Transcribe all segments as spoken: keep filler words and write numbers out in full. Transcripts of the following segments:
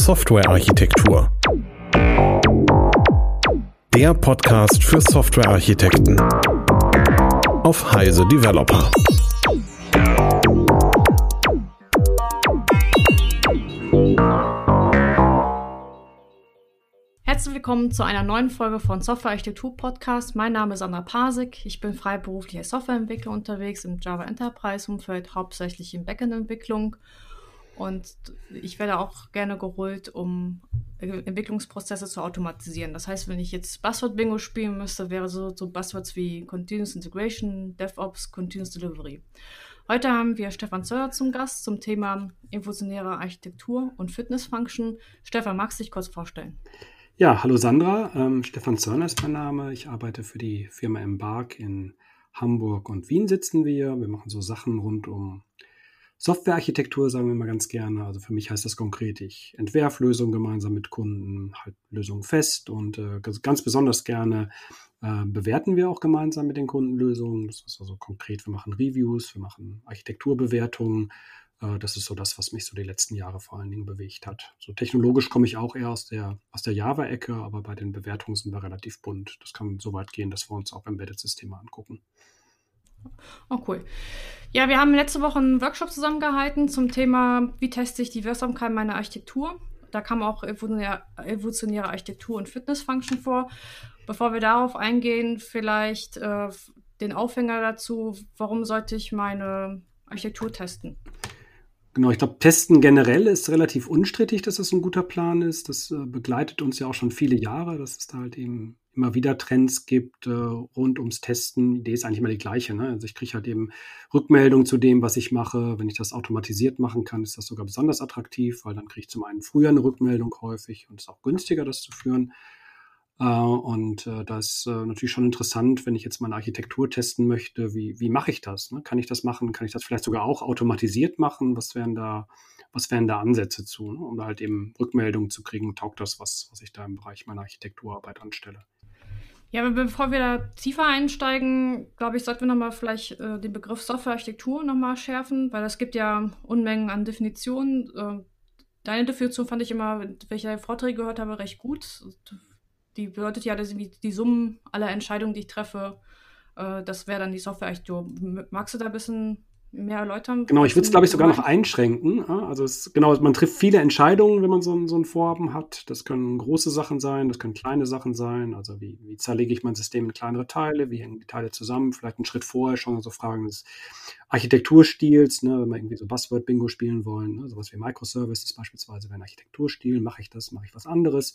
Softwarearchitektur. Der Podcast für Softwarearchitekten auf Heise Developer. Herzlich willkommen zu einer neuen Folge von Softwarearchitektur Podcast. Mein Name ist Sandra Pasek. Ich bin freiberuflich als Softwareentwickler unterwegs im Java Enterprise Umfeld, hauptsächlich in Backend-Entwicklung. Und ich werde auch gerne geholt, um Entwicklungsprozesse zu automatisieren. Das heißt, wenn ich jetzt Buzzword-Bingo spielen müsste, wäre so, so Buzzwords wie Continuous Integration, DevOps, Continuous Delivery. Heute haben wir Stefan Zöller zum Gast zum Thema evolutionäre Architektur und Fitness Function. Stefan, magst du dich kurz vorstellen? Ja, hallo Sandra, ähm, Stefan Zörner ist mein Name. Ich arbeite für die Firma Embark in Hamburg und Wien sitzen wir. Wir machen so Sachen rund um Softwarearchitektur, sagen wir mal ganz gerne. Also für mich heißt das konkret, ich entwerfe Lösungen gemeinsam mit Kunden, halt Lösungen fest und äh, ganz besonders gerne äh, bewerten wir auch gemeinsam mit den Kunden Lösungen. Das ist also konkret, wir machen Reviews, wir machen Architekturbewertungen. Das ist so das, was mich so die letzten Jahre vor allen Dingen bewegt hat. So technologisch komme ich auch eher aus der, aus der Java-Ecke, aber bei den Bewertungen sind wir relativ bunt. Das kann so weit gehen, dass wir uns auch Embedded-Systeme angucken. Oh, cool. Ja, wir haben letzte Woche einen Workshop zusammengehalten zum Thema, wie teste ich die Wirksamkeit meiner Architektur. Da kam auch evolutionäre Architektur und Fitness-Function vor. Bevor wir darauf eingehen, vielleicht äh, den Aufhänger dazu, warum sollte ich meine Architektur testen? Genau, ich glaube, Testen generell ist relativ unstrittig, dass das ein guter Plan ist. Das äh, begleitet uns ja auch schon viele Jahre, dass es da halt eben immer wieder Trends gibt äh, rund ums Testen. Die Idee ist eigentlich immer die gleiche, ne? Also ich kriege halt eben Rückmeldung zu dem, was ich mache. Wenn ich das automatisiert machen kann, ist das sogar besonders attraktiv, weil dann kriege ich zum einen früher eine Rückmeldung häufig und es ist auch günstiger, das zu führen. Uh, und uh, das ist uh, natürlich schon interessant, wenn ich jetzt meine Architektur testen möchte, wie, wie mache ich das? Ne? Kann ich das machen? Kann ich das vielleicht sogar auch automatisiert machen? Was wären da, was wären da Ansätze zu, ne? Um da halt eben Rückmeldungen zu kriegen, taugt das, was, was ich da im Bereich meiner Architekturarbeit anstelle? Ja, aber bevor wir da tiefer einsteigen, glaube ich, sollten wir nochmal vielleicht äh, den Begriff Softwarearchitektur nochmal schärfen, weil es gibt ja Unmengen an Definitionen. Äh, deine Definition fand ich immer, wenn ich deine Vorträge gehört habe, recht gut. Die bedeutet ja, dass die Summen aller Entscheidungen, die ich treffe, äh, das wäre dann die Softwarearchitektur. Magst du da ein bisschen mehr erläutern? Genau, ich würde es, glaube ich, sogar noch einschränken. Also es, genau, man trifft viele Entscheidungen, wenn man so ein, so ein Vorhaben hat. Das können große Sachen sein, das können kleine Sachen sein. Also wie, wie zerlege ich mein System in kleinere Teile? Wie hängen die Teile zusammen? Vielleicht einen Schritt vorher schon so Fragen des Architekturstils, ne, wenn wir irgendwie so Buzzword-Bingo spielen wollen. Ne, sowas wie Microservices beispielsweise wäre ein Architekturstil. Mache ich das? Mache ich was anderes?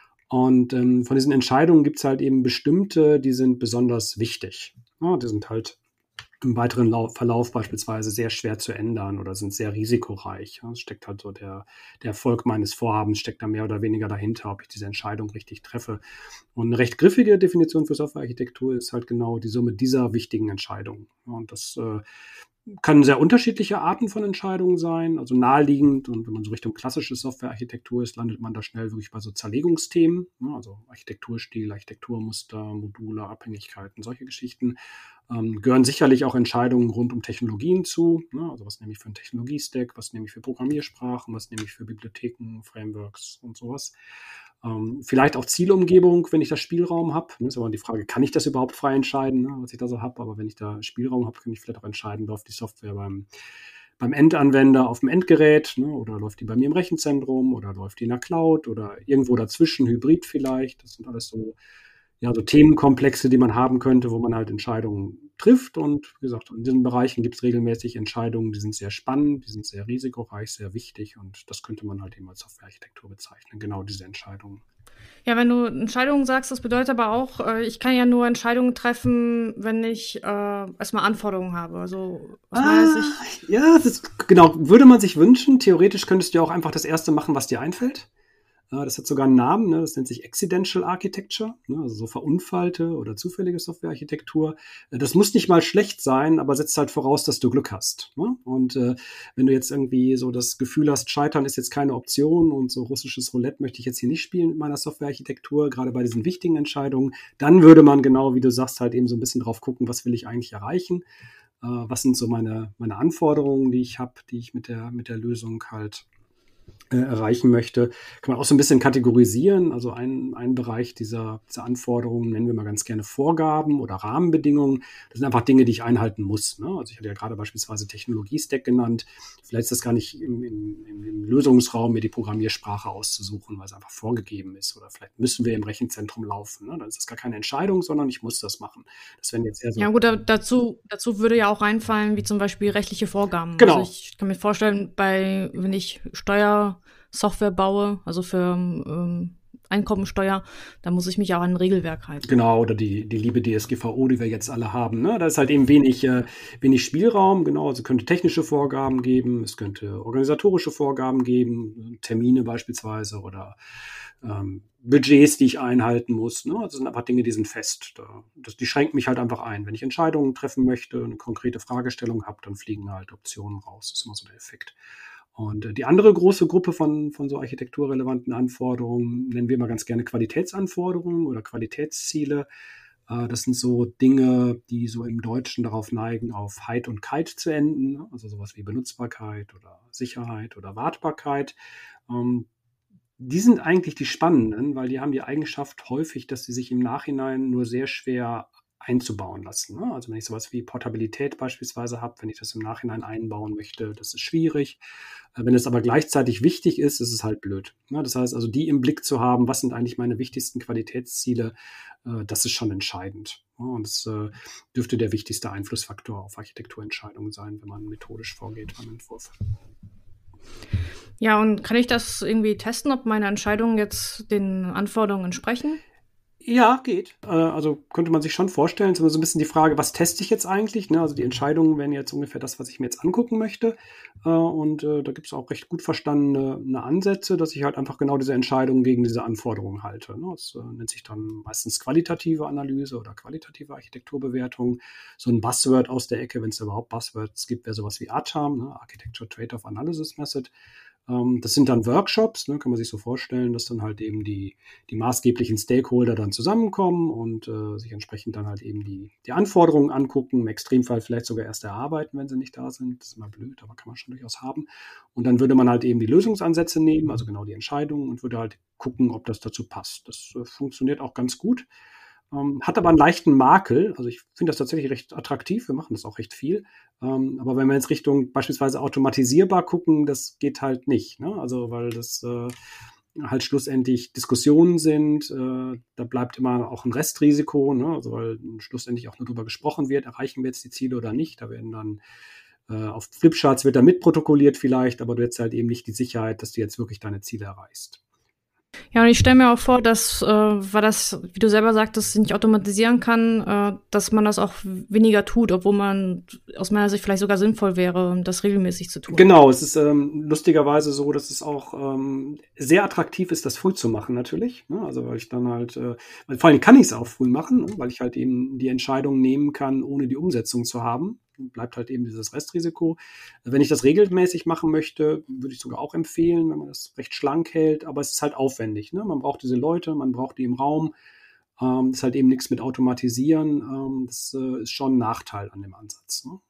Und ähm, von diesen Entscheidungen gibt es halt eben bestimmte, die sind besonders wichtig. Ja, die sind halt im weiteren Lauf, Verlauf beispielsweise sehr schwer zu ändern oder sind sehr risikoreich. Ja, es steckt halt so der, der Erfolg meines Vorhabens, steckt da mehr oder weniger dahinter, ob ich diese Entscheidung richtig treffe. Und eine recht griffige Definition für Softwarearchitektur ist halt genau die Summe dieser wichtigen Entscheidungen. Ja, und das äh, können sehr unterschiedliche Arten von Entscheidungen sein, also naheliegend. Und wenn man so Richtung klassische Softwarearchitektur ist, landet man da schnell wirklich bei so Zerlegungsthemen, ne? Also Architekturstil, Architekturmuster, Module, Abhängigkeiten, solche Geschichten. Ähm, gehören sicherlich auch Entscheidungen rund um Technologien zu, ne? Also was nehme ich für einen Technologiestack, was nehme ich für Programmiersprachen, was nehme ich für Bibliotheken, Frameworks und sowas. Ähm, vielleicht auch Zielumgebung, wenn ich da Spielraum habe. Das ist aber die Frage, kann ich das überhaupt frei entscheiden, ne, was ich da so habe? Aber wenn ich da Spielraum habe, kann ich vielleicht auch entscheiden, läuft die Software beim, beim Endanwender auf dem Endgerät, ne, oder läuft die bei mir im Rechenzentrum oder läuft die in der Cloud oder irgendwo dazwischen, Hybrid vielleicht. Das sind alles so, ja, so Themenkomplexe, die man haben könnte, wo man halt Entscheidungen trifft. Und wie gesagt, in diesen Bereichen gibt es regelmäßig Entscheidungen, die sind sehr spannend, die sind sehr risikoreich, sehr wichtig. Und das könnte man halt eben als Softwarearchitektur bezeichnen, genau diese Entscheidungen. Ja, wenn du Entscheidungen sagst, das bedeutet aber auch, äh, ich kann ja nur Entscheidungen treffen, wenn ich äh, erstmal Anforderungen habe. Also aus meiner ah, Sicht. Ja, das ist, genau, würde man sich wünschen. Theoretisch könntest du ja auch einfach das Erste machen, was dir einfällt. Das hat sogar einen Namen, ne? Das nennt sich Accidental Architecture, ne? Also so verunfallte oder zufällige Softwarearchitektur. Das muss nicht mal schlecht sein, aber setzt halt voraus, dass du Glück hast. Ne? Und äh, wenn du jetzt irgendwie so das Gefühl hast, Scheitern ist jetzt keine Option und so russisches Roulette möchte ich jetzt hier nicht spielen mit meiner Softwarearchitektur, gerade bei diesen wichtigen Entscheidungen, dann würde man genau, wie du sagst, halt eben so ein bisschen drauf gucken, was will ich eigentlich erreichen? Äh, was sind so meine, meine Anforderungen, die ich habe, die ich mit der, mit der Lösung halt äh, erreichen möchte, kann man auch so ein bisschen kategorisieren. Also ein, ein Bereich dieser, dieser Anforderungen nennen wir mal ganz gerne Vorgaben oder Rahmenbedingungen. Das sind einfach Dinge, die ich einhalten muss. Ne? Also ich hatte ja gerade beispielsweise Technologie-Stack genannt. Vielleicht ist das gar nicht im, im, im Lösungsraum, mir die Programmiersprache auszusuchen, weil es einfach vorgegeben ist. Oder vielleicht müssen wir im Rechenzentrum laufen. Ne? Dann ist das gar keine Entscheidung, sondern ich muss das machen. Das wären jetzt eher so. Ja gut, da, dazu, dazu würde ja auch reinfallen, wie zum Beispiel rechtliche Vorgaben. Genau. Also ich kann mir vorstellen, bei wenn ich Steuersoftware baue, also für ähm, Einkommensteuer, da muss ich mich auch an ein Regelwerk halten. Genau, oder die, die liebe D S G V O, die wir jetzt alle haben. Ne? Da ist halt eben wenig, äh, wenig Spielraum. Genau, also es könnte technische Vorgaben geben, es könnte organisatorische Vorgaben geben, Termine beispielsweise oder ähm, Budgets, die ich einhalten muss. Ne? Also das sind einfach Dinge, die sind fest. Da, das, die schränken mich halt einfach ein. Wenn ich Entscheidungen treffen möchte, eine konkrete Fragestellung habe, dann fliegen halt Optionen raus. Das ist immer so der Effekt. Und äh, die andere große Gruppe von, von so architekturrelevanten Anforderungen nennen wir mal ganz gerne Qualitätsanforderungen oder Qualitätsziele. Äh, das sind so Dinge, die so im Deutschen darauf neigen, auf Heit und Kite zu enden. Ne? Also sowas wie Benutzbarkeit oder Sicherheit oder Wartbarkeit. Ähm, Die sind eigentlich die spannenden, weil die haben die Eigenschaft häufig, dass sie sich im Nachhinein nur sehr schwer einzubauen lassen. Ne? Also wenn ich sowas wie Portabilität beispielsweise habe, wenn ich das im Nachhinein einbauen möchte, das ist schwierig. Äh, wenn es aber gleichzeitig wichtig ist, ist es halt blöd. Ne? Das heißt also, die im Blick zu haben, was sind eigentlich meine wichtigsten Qualitätsziele, äh, das ist schon entscheidend. Ja? Und das äh, dürfte der wichtigste Einflussfaktor auf Architekturentscheidungen sein, wenn man methodisch vorgeht beim Entwurf. Ja, und kann ich das irgendwie testen, ob meine Entscheidungen jetzt den Anforderungen entsprechen? Ja, geht. Äh, also könnte man sich schon vorstellen. Es ist immer so ein bisschen die Frage, was teste ich jetzt eigentlich? Ne? Also die Entscheidungen wären jetzt ungefähr das, was ich mir jetzt angucken möchte. Äh, und äh, da gibt es auch recht gut verstandene eine Ansätze, dass ich halt einfach genau diese Entscheidungen gegen diese Anforderungen halte. Ne? Das äh, nennt sich dann meistens qualitative Analyse oder qualitative Architekturbewertung. So ein Buzzword aus der Ecke, wenn es überhaupt Buzzwords gibt, wäre sowas wie A T A M, ne? Architecture Trade-off Analysis Method. Das sind dann Workshops, ne, kann man sich so vorstellen, dass dann halt eben die, die maßgeblichen Stakeholder dann zusammenkommen und äh, sich entsprechend dann halt eben die, die Anforderungen angucken, im Extremfall vielleicht sogar erst erarbeiten, wenn sie nicht da sind. Das ist immer blöd, aber kann man schon durchaus haben. Und dann würde man halt eben die Lösungsansätze nehmen, also genau die Entscheidungen, und würde halt gucken, ob das dazu passt. Das äh, funktioniert auch ganz gut. Ähm, hat aber einen leichten Makel. Also ich finde das tatsächlich recht attraktiv. Wir machen das auch recht viel. Ähm, aber wenn wir jetzt Richtung beispielsweise automatisierbar gucken, das geht halt nicht. Ne? Also weil das äh, halt schlussendlich Diskussionen sind. Äh, da bleibt immer auch ein Restrisiko. Ne? Also weil schlussendlich auch nur darüber gesprochen wird, erreichen wir jetzt die Ziele oder nicht. Da werden dann äh, auf Flipcharts wird da mitprotokolliert vielleicht, aber du hättest halt eben nicht die Sicherheit, dass du jetzt wirklich deine Ziele erreichst. Ja, und ich stelle mir auch vor, dass, äh, weil das, wie du selber sagtest, nicht automatisieren kann, äh, dass man das auch weniger tut, obwohl man aus meiner Sicht vielleicht sogar sinnvoll wäre, das regelmäßig zu tun. Genau, es ist ähm, lustigerweise so, dass es auch ähm, sehr attraktiv ist, das früh zu machen natürlich. Ne? Also weil ich dann halt, äh, weil vor allem kann ich es auch früh machen, ne? Weil ich halt eben die Entscheidung nehmen kann, ohne die Umsetzung zu haben. Bleibt halt eben dieses Restrisiko. Wenn ich das regelmäßig machen möchte, würde ich sogar auch empfehlen, wenn man das recht schlank hält, aber es ist halt aufwendig. Ne? Man braucht diese Leute, man braucht die im Raum. Ähm, ist halt eben nichts mit Automatisieren. Ähm, das äh, ist schon ein Nachteil an dem Ansatz. Ne?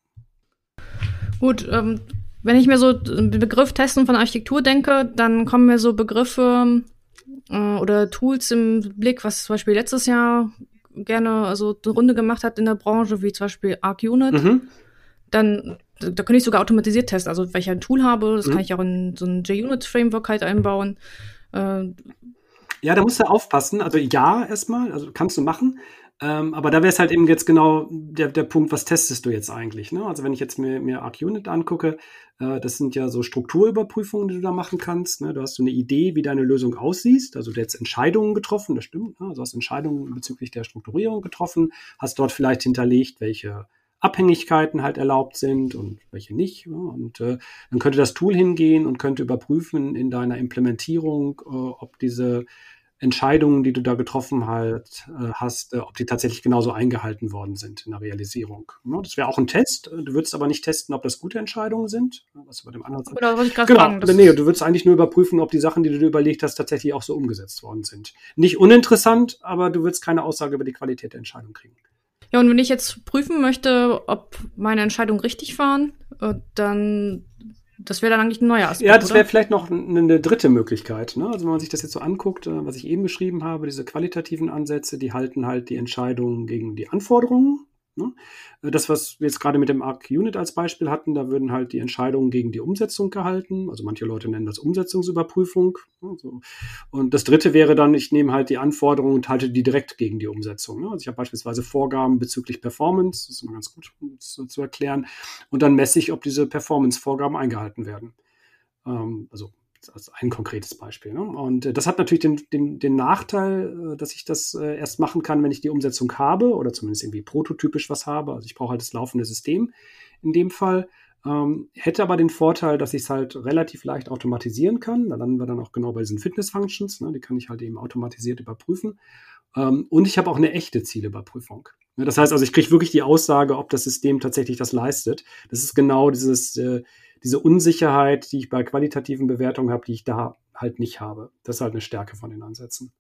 Gut, ähm, wenn ich mir so den Begriff Testen von Architektur denke, dann kommen mir so Begriffe äh, oder Tools im Blick, was zum Beispiel letztes Jahr gerne also eine Runde gemacht hat in der Branche, wie zum Beispiel ArcUnit. Mhm. Dann, da könnte ich sogar automatisiert testen. Also wenn ich ein Tool habe, das mhm. kann ich auch in so ein JUnit-Framework halt einbauen. Äh, ja, da musst du aufpassen. Also ja, erstmal, also kannst du machen. Ähm, aber da wäre es halt eben jetzt genau der, der Punkt, was testest du jetzt eigentlich? Ne? Also wenn ich jetzt mir, mir ArcUnit angucke, äh, das sind ja so Strukturüberprüfungen, die du da machen kannst. Ne? Du hast so eine Idee, wie deine Lösung aussieht. Also du hast Entscheidungen getroffen, das stimmt. Ne? Also du hast Entscheidungen bezüglich der Strukturierung getroffen, hast dort vielleicht hinterlegt, welche Abhängigkeiten halt erlaubt sind und welche nicht. Ja? Und äh, dann könnte das Tool hingehen und könnte überprüfen in deiner Implementierung, äh, ob diese Entscheidungen, die du da getroffen halt, äh, hast, äh, ob die tatsächlich genauso eingehalten worden sind in der Realisierung. Ja, das wäre auch ein Test. Du würdest aber nicht testen, ob das gute Entscheidungen sind. Was bei dem anderen Oder was ich gerade genau. fragen, Nee, du würdest eigentlich nur überprüfen, ob die Sachen, die du dir überlegt hast, tatsächlich auch so umgesetzt worden sind. Nicht uninteressant, aber du würdest keine Aussage über die Qualität der Entscheidung kriegen. Ja, und wenn ich jetzt prüfen möchte, ob meine Entscheidungen richtig waren, äh, dann Das wäre dann eigentlich ein neuer Aspekt, Ja, das wäre oder? vielleicht noch eine, eine dritte Möglichkeit. Ne? Also wenn man sich das jetzt so anguckt, äh, was ich eben beschrieben habe, diese qualitativen Ansätze, die halten halt die Entscheidungen gegen die Anforderungen. Ne? Äh, Das, was wir jetzt gerade mit dem Arc-Unit als Beispiel hatten, da würden halt die Entscheidungen gegen die Umsetzung gehalten. Also manche Leute nennen das Umsetzungsüberprüfung. Ne? So. Und das dritte wäre dann, ich nehme halt die Anforderungen und halte die direkt gegen die Umsetzung. Ne? Also ich habe beispielsweise Vorgaben bezüglich Performance, das ist immer ganz gut um es so zu erklären. Und dann messe ich, ob diese Performance-Vorgaben eingehalten werden. Ähm, also als ein konkretes Beispiel. Ne? Und äh, das hat natürlich den, den, den Nachteil, äh, dass ich das äh, erst machen kann, wenn ich die Umsetzung habe oder zumindest irgendwie prototypisch was habe. Also ich brauche halt das laufende System in dem Fall. Ähm, hätte aber den Vorteil, dass ich es halt relativ leicht automatisieren kann. Da landen wir dann auch genau bei diesen Fitness-Functions. Ne? Die kann ich halt eben automatisiert überprüfen. Ähm, und ich habe auch eine echte Zielüberprüfung. Ne? Das heißt also, ich kriege wirklich die Aussage, ob das System tatsächlich das leistet. Das ist genau dieses äh, diese Unsicherheit, die ich bei qualitativen Bewertungen habe, die ich da halt nicht habe. Das ist halt eine Stärke von den Ansätzen.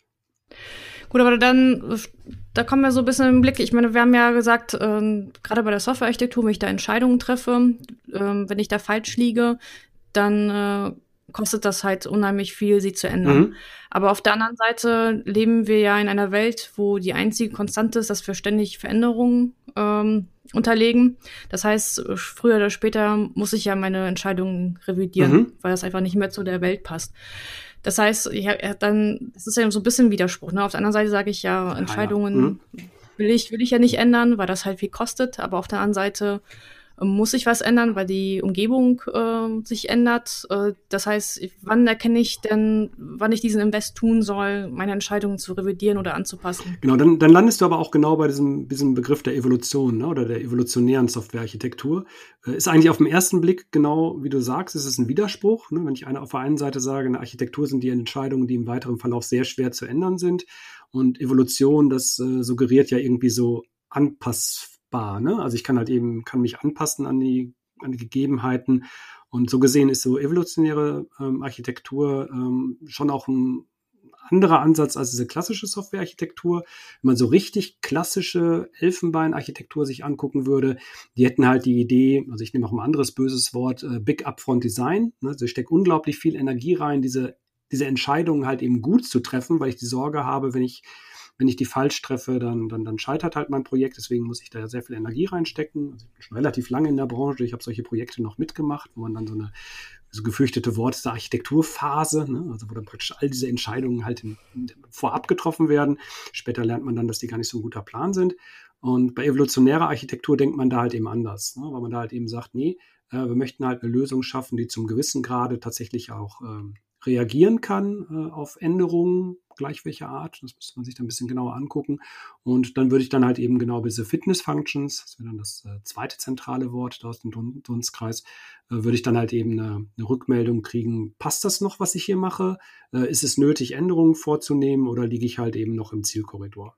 Gut, aber dann, da kommen wir so ein bisschen im Blick. Ich meine, wir haben ja gesagt, ähm, gerade bei der Softwarearchitektur, wenn ich da Entscheidungen treffe, ähm, wenn ich da falsch liege, dann äh, kostet das halt unheimlich viel, sie zu ändern. Mhm. Aber auf der anderen Seite leben wir ja in einer Welt, wo die einzige Konstante ist, dass wir ständig Veränderungen ähm, unterlegen. Das heißt, früher oder später muss ich ja meine Entscheidungen revidieren, Mhm. weil das einfach nicht mehr zu der Welt passt. Das heißt, ja, dann, das ist ja so ein bisschen Widerspruch. Ne? Auf der anderen Seite sage ich ja, Entscheidungen Mhm. will ich, will ich ja nicht ändern, weil das halt viel kostet. Aber auf der anderen Seite äh, muss ich was ändern, weil die Umgebung äh, sich ändert. Äh, das heißt, wann erkenne ich denn, wann ich diesen Invest tun soll, meine Entscheidungen zu revidieren oder anzupassen? Genau, dann, dann landest du aber auch genau bei diesem, diesem Begriff der Evolution, ne, oder der evolutionären Softwarearchitektur. Äh, ist eigentlich auf den ersten Blick genau, wie du sagst, ist es ein Widerspruch. Ne? Wenn ich eine, auf der einen Seite sage, eine Architektur sind die Entscheidungen, die im weiteren Verlauf sehr schwer zu ändern sind. Und Evolution, das äh, suggeriert ja irgendwie so anpassbar. Ne? Also ich kann halt eben, kann mich anpassen an die, an die Gegebenheiten. Und so gesehen ist so evolutionäre ähm, Architektur ähm, schon auch ein anderer Ansatz als diese klassische Softwarearchitektur. Wenn man so richtig klassische Elfenbeinarchitektur sich angucken würde, die hätten halt die Idee, also ich nehme auch ein anderes böses Wort, äh, Big Upfront Design. Ne? Also steckt unglaublich viel Energie rein, diese, diese Entscheidungen halt eben gut zu treffen, weil ich die Sorge habe, wenn ich Wenn ich die falsch treffe, dann, dann, dann scheitert halt mein Projekt. Deswegen muss ich da sehr viel Energie reinstecken. Also ich bin schon relativ lange in der Branche. Ich habe solche Projekte noch mitgemacht, wo man dann so eine so gefürchtete Wort ist der Architekturphase, ne? Also wo dann praktisch all diese Entscheidungen halt in, in, vorab getroffen werden. Später lernt man dann, dass die gar nicht so ein guter Plan sind. Und bei evolutionärer Architektur denkt man da halt eben anders, ne? Weil man da halt eben sagt, nee, äh, wir möchten halt eine Lösung schaffen, die zum gewissen Grade tatsächlich auch ähm, reagieren kann äh, auf Änderungen, gleich welcher Art. Das müsste man sich dann ein bisschen genauer angucken. Und dann würde ich dann halt eben genau diese Fitness-Functions, das wäre dann das äh, zweite zentrale Wort da aus dem Dun- Dunstkreis, äh, würde ich dann halt eben eine, eine Rückmeldung kriegen, passt das noch, was ich hier mache? Äh, ist es nötig, Änderungen vorzunehmen oder liege ich halt eben noch im Zielkorridor?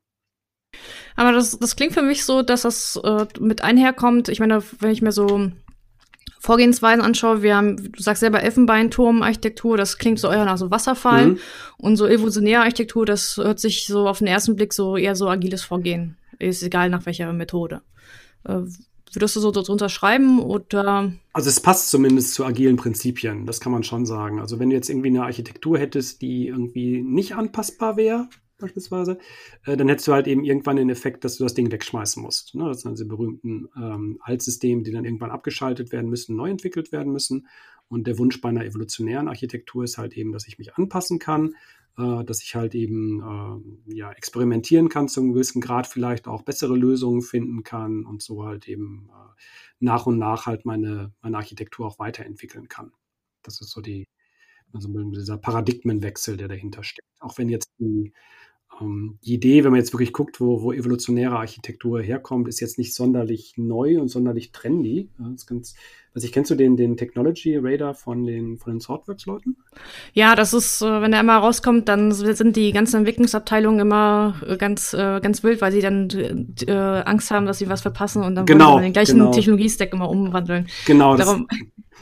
Aber das, das klingt für mich so, dass das äh, mit einherkommt. Ich meine, wenn ich mir so Vorgehensweisen anschaue, wir haben, du sagst selber Elfenbeinturm-Architektur, das klingt so eher nach so Wasserfall. Mhm. Und so evolutionäre Architektur, das hört sich so auf den ersten Blick so eher so agiles Vorgehen. Ist egal nach welcher Methode. Äh, würdest du so drunter schreiben oder? Also es passt zumindest zu agilen Prinzipien, das kann man schon sagen. Also wenn du jetzt irgendwie eine Architektur hättest, die irgendwie nicht anpassbar wäre, beispielsweise, äh, dann hättest du halt eben irgendwann den Effekt, dass du das Ding wegschmeißen musst. Ne? Das sind diese berühmten ähm, Altsysteme, die dann irgendwann abgeschaltet werden müssen, neu entwickelt werden müssen. Und der Wunsch bei einer evolutionären Architektur ist halt eben, dass ich mich anpassen kann, äh, dass ich halt eben äh, ja, experimentieren kann, zu einem gewissen Grad vielleicht auch bessere Lösungen finden kann und so halt eben äh, nach und nach halt meine, meine Architektur auch weiterentwickeln kann. Das ist so die, also dieser Paradigmenwechsel, der dahinter steckt. Auch wenn jetzt die Ähm, die Idee, wenn man jetzt wirklich guckt, wo, wo evolutionäre Architektur herkommt, ist jetzt nicht sonderlich neu und sonderlich trendy. Ja, das ganz, also ich kennst du den, den Technology Radar von den, von den Thoughtworks-Leuten? Ja, das ist, äh, wenn der immer rauskommt, dann sind die ganzen Entwicklungsabteilungen immer äh, ganz, äh, ganz wild, weil sie dann äh, Angst haben, dass sie was verpassen und dann Genau, wollen sie den gleichen genau. Technologiestack immer umwandeln. Genau. Das, Darum,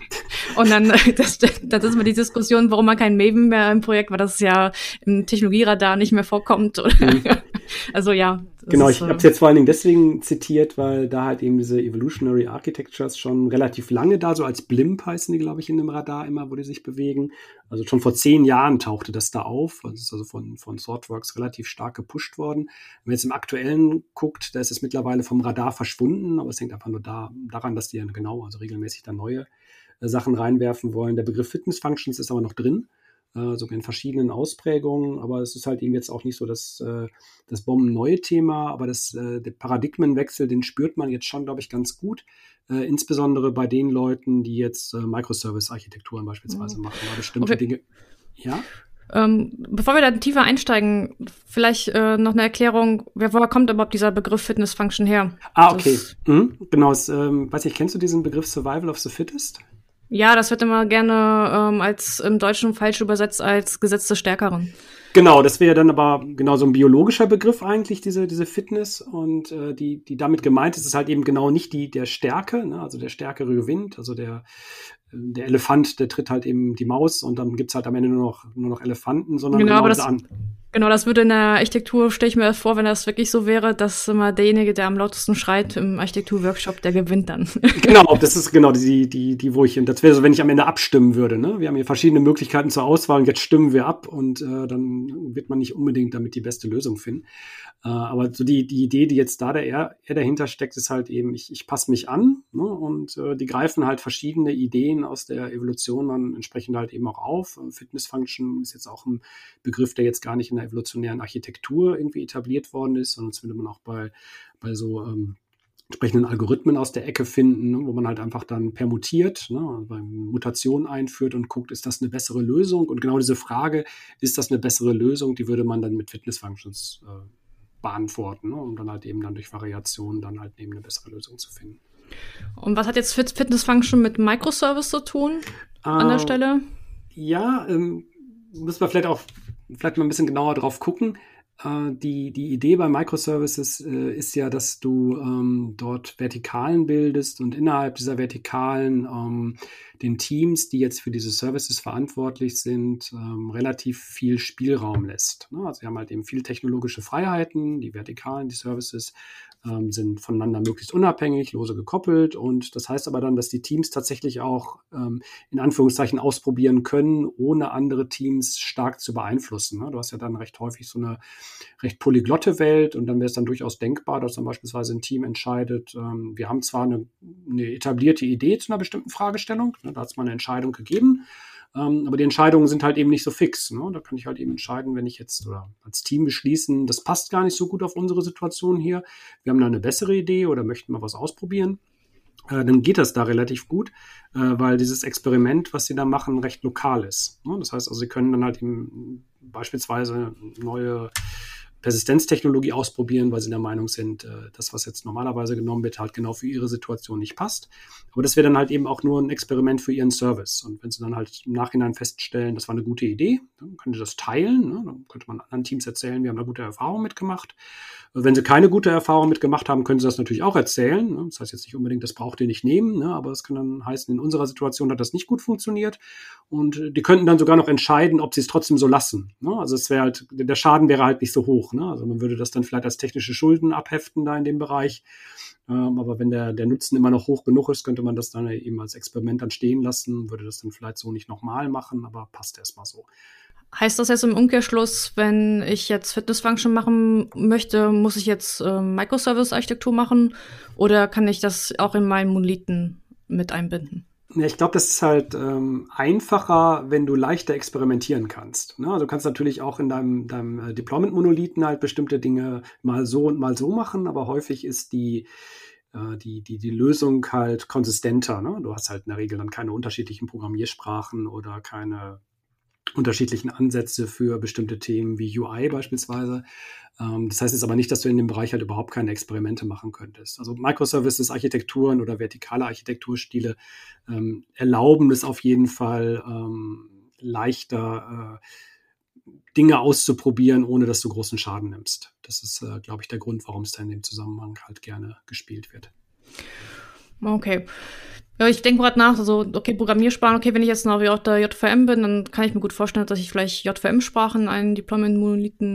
und dann, das, das ist immer die Diskussion, warum man kein Maven mehr im Projekt, weil das ja im Technologieradar nicht mehr vorkommt. Oder? Also ja. Genau, ist, ich habe es jetzt vor allen Dingen deswegen zitiert, weil da halt eben diese Evolutionary Architectures schon relativ lange da, so als Blimp heißen die, glaube ich, in dem Radar immer, wo die sich bewegen. Also schon vor zehn Jahren tauchte das da auf. Das ist also von, von ThoughtWorks relativ stark gepusht worden. Wenn man jetzt im Aktuellen guckt, da ist es mittlerweile vom Radar verschwunden, aber es hängt einfach nur da, daran, dass die ja genau, also regelmäßig da neue äh, Sachen reinwerfen wollen. Der Begriff Fitness Functions ist aber noch drin. Sogar in verschiedenen Ausprägungen, aber es ist halt eben jetzt auch nicht so das, das bombenneue Thema, aber das, der Paradigmenwechsel, den spürt man jetzt schon, glaube ich, ganz gut, äh, insbesondere bei den Leuten, die jetzt äh, Microservice-Architekturen beispielsweise machen, oder bestimmte okay. Dinge. Ja? Ähm, bevor wir da tiefer einsteigen, vielleicht äh, noch eine Erklärung, wer, woher kommt überhaupt dieser Begriff Fitness Function her? Ah, okay. Mhm. Genau, es, ähm, weiß nicht, kennst du diesen Begriff Survival of the Fittest? Ja, das wird immer gerne ähm, als im Deutschen falsch übersetzt als Gesetz des Stärkeren. Genau, das wäre dann aber genau so ein biologischer Begriff eigentlich, diese diese Fitness. Und äh, die die damit gemeint ist, ist halt eben genau nicht die der Stärke, ne? Also der Stärkere gewinnt, also der der Elefant, der tritt halt eben die Maus und dann gibt's halt am Ende nur noch nur noch Elefanten, sondern genau, genau aber das, an. Genau, das würde in der Architektur, stelle ich mir vor, wenn das wirklich so wäre, dass immer derjenige, der am lautesten schreit im Architekturworkshop, der gewinnt dann. Genau, das ist genau die, die, die, wo ich, das wäre so, wenn ich am Ende abstimmen würde, ne? Wir haben hier verschiedene Möglichkeiten zur Auswahl und jetzt stimmen wir ab und äh, dann wird man nicht unbedingt damit die beste Lösung finden. Äh, aber so die, die Idee, die jetzt da der eher, eher dahinter steckt, ist halt eben, ich, ich passe mich an, ne? Und äh, die greifen halt verschiedene Ideen aus der Evolution dann entsprechend halt eben auch auf. Fitness Function ist jetzt auch ein Begriff, der jetzt gar nicht in der evolutionären Architektur irgendwie etabliert worden ist, sondern das würde man auch bei, bei so ähm, entsprechenden Algorithmen aus der Ecke finden, ne, wo man halt einfach dann permutiert, ne, bei Mutationen einführt und guckt, ist das eine bessere Lösung? Und genau diese Frage, ist das eine bessere Lösung, die würde man dann mit Fitness Functions äh, beantworten, ne, um dann halt eben dann durch Variationen dann halt eben eine bessere Lösung zu finden. Und was hat jetzt Fitness Function mit Microservice zu tun an äh, der Stelle? Ja, ähm, müssen wir vielleicht auch vielleicht mal ein bisschen genauer drauf gucken. Äh, die, die Idee bei Microservices äh, ist ja, dass du ähm, dort Vertikalen bildest und innerhalb dieser Vertikalen ähm, den Teams, die jetzt für diese Services verantwortlich sind, ähm, relativ viel Spielraum lässt. Ne? Also wir haben halt eben viel technologische Freiheiten, die Vertikalen, die Services ähm, sind voneinander möglichst unabhängig, lose gekoppelt und das heißt aber dann, dass die Teams tatsächlich auch ähm, in Anführungszeichen ausprobieren können, ohne andere Teams stark zu beeinflussen. Ne? Du hast ja dann recht häufig so eine recht polyglotte Welt und dann wäre es dann durchaus denkbar, dass dann beispielsweise ein Team entscheidet, ähm, wir haben zwar eine, eine etablierte Idee zu einer bestimmten Fragestellung, ne, da hat es mal eine Entscheidung gegeben, ähm, aber die Entscheidungen sind halt eben nicht so fix. Ne? Da kann ich halt eben entscheiden, wenn ich jetzt oder als Team beschließen, das passt gar nicht so gut auf unsere Situation hier, wir haben da eine bessere Idee oder möchten mal was ausprobieren. Äh, dann geht das da relativ gut, äh, weil dieses Experiment, was sie da machen, recht lokal ist. Ne? Das heißt also, sie können dann halt eben beispielsweise neue Persistenztechnologie ausprobieren, weil sie der Meinung sind, äh, das, was jetzt normalerweise genommen wird, halt genau für ihre Situation nicht passt. Aber das wäre dann halt eben auch nur ein Experiment für ihren Service. Und wenn sie dann halt im Nachhinein feststellen, das war eine gute Idee, dann können sie das teilen. Ne? Dann könnte man anderen Teams erzählen, wir haben da gute Erfahrungen mitgemacht. Wenn sie keine gute Erfahrung mitgemacht haben, können sie das natürlich auch erzählen. Ne? Das heißt jetzt nicht unbedingt, das braucht ihr nicht nehmen, ne? Aber es kann dann heißen, in unserer Situation hat das nicht gut funktioniert. Und die könnten dann sogar noch entscheiden, ob sie es trotzdem so lassen. Ne? Also es wäre halt, der Schaden wäre halt nicht so hoch. Ne? Also man würde das dann vielleicht als technische Schulden abheften da in dem Bereich. Ähm, aber wenn der, der Nutzen immer noch hoch genug ist, könnte man das dann eben als Experiment dann stehen lassen, würde das dann vielleicht so nicht nochmal machen, aber passt erstmal so. Heißt das jetzt im Umkehrschluss, wenn ich jetzt Fitness Function machen möchte, muss ich jetzt äh, Microservice-Architektur machen oder kann ich das auch in meinen Monolithen mit einbinden? Ja, ich glaube, das ist halt ähm, einfacher, wenn du leichter experimentieren kannst. Ne? Also du kannst natürlich auch in deinem, deinem äh, Deployment-Monolithen halt bestimmte Dinge mal so und mal so machen, aber häufig ist die äh, die, die, die Lösung halt konsistenter. Ne? Du hast halt in der Regel dann keine unterschiedlichen Programmiersprachen oder keine unterschiedlichen Ansätze für bestimmte Themen wie U I beispielsweise. Ähm, das heißt jetzt aber nicht, dass du in dem Bereich halt überhaupt keine Experimente machen könntest. Also Microservices-Architekturen oder vertikale Architekturstile ähm, erlauben es auf jeden Fall ähm, leichter äh, Dinge auszuprobieren, ohne dass du großen Schaden nimmst. Das ist, äh, glaube ich, der Grund, warum es da in dem Zusammenhang halt gerne gespielt wird. Okay. Ja, ich denke gerade nach, also, okay, Programmiersprachen, okay, wenn ich jetzt noch auf der J V M bin, dann kann ich mir gut vorstellen, dass ich vielleicht J V M-Sprachen einen Deployment-Monolithen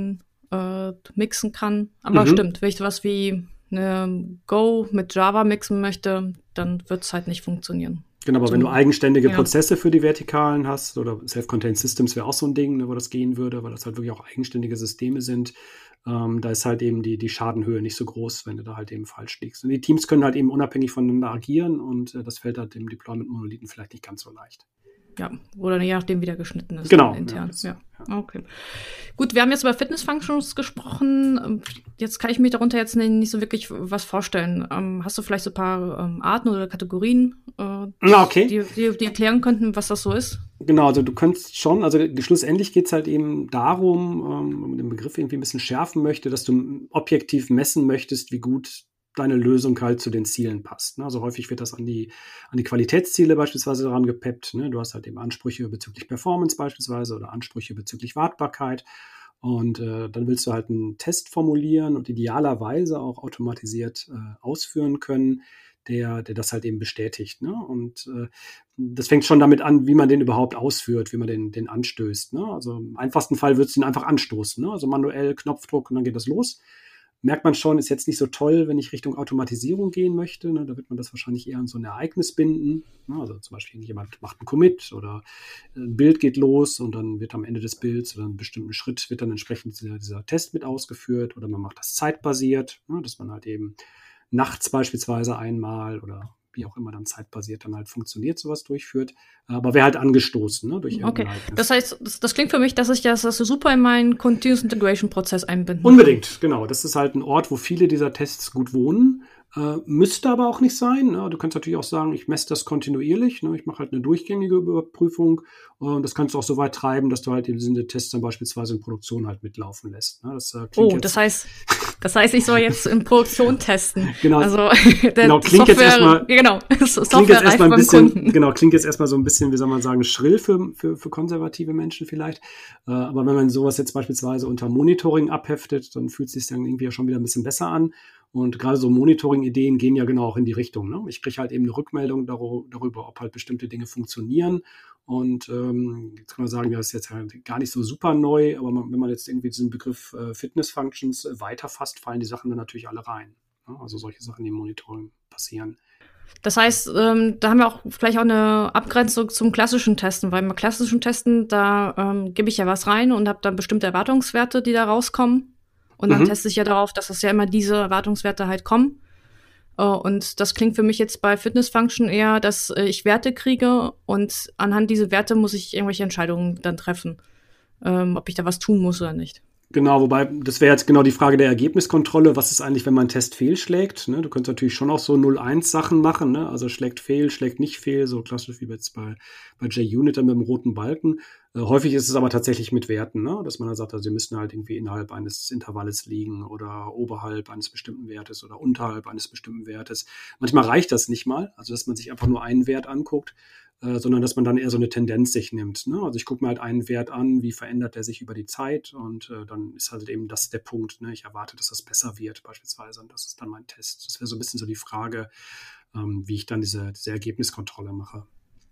äh, mixen kann. Aber Mhm. stimmt, wenn ich was wie eine Go mit Java mixen möchte, dann wird es halt nicht funktionieren. Genau, aber So. wenn du eigenständige Ja. Prozesse für die Vertikalen hast, oder Self-Contained Systems wäre auch so ein Ding, ne, wo das gehen würde, weil das halt wirklich auch eigenständige Systeme sind. Ähm, da ist halt eben die, die Schadenhöhe nicht so groß, wenn du da halt eben falsch liegst. Und die Teams können halt eben unabhängig voneinander agieren und äh, das fällt halt dem Deployment-Monolithen vielleicht nicht ganz so leicht. Ja, oder je nachdem, wie der geschnitten ist. Genau. Intern. Ja, das, ja. Okay. Gut, wir haben jetzt über Fitness Functions gesprochen. Jetzt kann ich mir darunter jetzt nicht so wirklich was vorstellen. Ähm, hast du vielleicht so ein paar ähm, Arten oder Kategorien, äh, ja, okay. die, die, die erklären könnten, was das so ist? Genau, also du könntest schon, also schlussendlich geht es halt eben darum, ähm, wenn man den Begriff irgendwie ein bisschen schärfen möchte, dass du objektiv messen möchtest, wie gut deine Lösung halt zu den Zielen passt. Ne? Also häufig wird das an die, an die Qualitätsziele beispielsweise daran gepeppt. Ne? Du hast halt eben Ansprüche bezüglich Performance beispielsweise oder Ansprüche bezüglich Wartbarkeit. Und äh, dann willst du halt einen Test formulieren und idealerweise auch automatisiert äh, ausführen können, der, der das halt eben bestätigt. Ne? Und äh, das fängt schon damit an, wie man den überhaupt ausführt, wie man den, den anstößt. Ne? Also im einfachsten Fall würdest du ihn einfach anstoßen. Ne? Also manuell Knopfdruck und dann geht das los. Merkt man schon, ist jetzt nicht so toll, wenn ich Richtung Automatisierung gehen möchte. Ne? Da wird man das wahrscheinlich eher an so ein Ereignis binden. Ne? Also zum Beispiel jemand macht einen Commit oder ein Bild geht los und dann wird am Ende des Bilds oder einem bestimmten Schritt wird dann entsprechend dieser, dieser Test mit ausgeführt oder man macht das zeitbasiert, ne? Dass man halt eben nachts beispielsweise einmal oder wie auch immer dann zeitbasiert dann halt funktioniert, sowas durchführt. Aber wäre halt angestoßen, ne, durch irgendein Okay, Ereignis. das heißt, das, das klingt für mich, dass ich das, das super in meinen Continuous Integration Prozess einbinden Unbedingt, genau. Das ist halt ein Ort, wo viele dieser Tests gut wohnen. Äh, müsste aber auch nicht sein. Ne? Du kannst natürlich auch sagen, ich messe das kontinuierlich. Ne? Ich mache halt eine durchgängige Überprüfung. Und das kannst du auch so weit treiben, dass du halt diese Tests dann beispielsweise in Produktion halt mitlaufen lässt. Ne? Das, äh, oh, das heißt, das heißt, ich soll jetzt in Produktion testen. Genau. Also der genau, klingt Software, jetzt erstmal, genau, klingt jetzt erstmal ein bisschen, genau, klingt jetzt erstmal so ein bisschen, wie soll man sagen, schrill für, für, für konservative Menschen vielleicht. Äh, aber wenn man sowas jetzt beispielsweise unter Monitoring abheftet, dann fühlt es sich dann irgendwie ja schon wieder ein bisschen besser an. Und gerade so Monitoring-Ideen gehen ja genau auch in die Richtung. Ne? Ich kriege halt eben eine Rückmeldung darüber, ob halt bestimmte Dinge funktionieren. Und ähm, jetzt kann man sagen, ja, das ist jetzt halt gar nicht so super neu, aber man, wenn man jetzt irgendwie diesen Begriff äh, Fitness-Functions äh, weiterfasst, fallen die Sachen dann natürlich alle rein. Ne? Also solche Sachen, die im Monitoring passieren. Das heißt, ähm, da haben wir auch vielleicht auch eine Abgrenzung zum klassischen Testen, weil beim klassischen Testen, da ähm, gebe ich ja was rein und habe dann bestimmte Erwartungswerte, die da rauskommen. Und dann mhm. teste ich ja darauf, dass es ja immer diese Erwartungswerte halt kommen. Uh, und das klingt für mich jetzt bei Fitness Function eher, dass äh, ich Werte kriege und anhand dieser Werte muss ich irgendwelche Entscheidungen dann treffen, ähm, ob ich da was tun muss oder nicht. Genau, wobei, das wäre jetzt genau die Frage der Ergebniskontrolle. Was ist eigentlich, wenn mein Test fehlschlägt? Ne? Du könntest natürlich schon auch so null eins Sachen machen, ne? Also schlägt fehl, schlägt nicht fehl, so klassisch wie jetzt bei, bei JUnit dann mit dem roten Balken. Äh, häufig ist es aber tatsächlich mit Werten, ne? Dass man dann sagt, also sie müssten halt irgendwie innerhalb eines Intervalles liegen oder oberhalb eines bestimmten Wertes oder unterhalb eines bestimmten Wertes. Manchmal reicht das nicht mal, also dass man sich einfach nur einen Wert anguckt, Äh, sondern dass man dann eher so eine Tendenz sich nimmt. Ne? Also ich gucke mir halt einen Wert an, wie verändert der sich über die Zeit und äh, dann ist halt eben das der Punkt. Ne? Ich erwarte, dass das besser wird beispielsweise und das ist dann mein Test. Das wäre so ein bisschen so die Frage, ähm, wie ich dann diese, diese Ergebniskontrolle mache.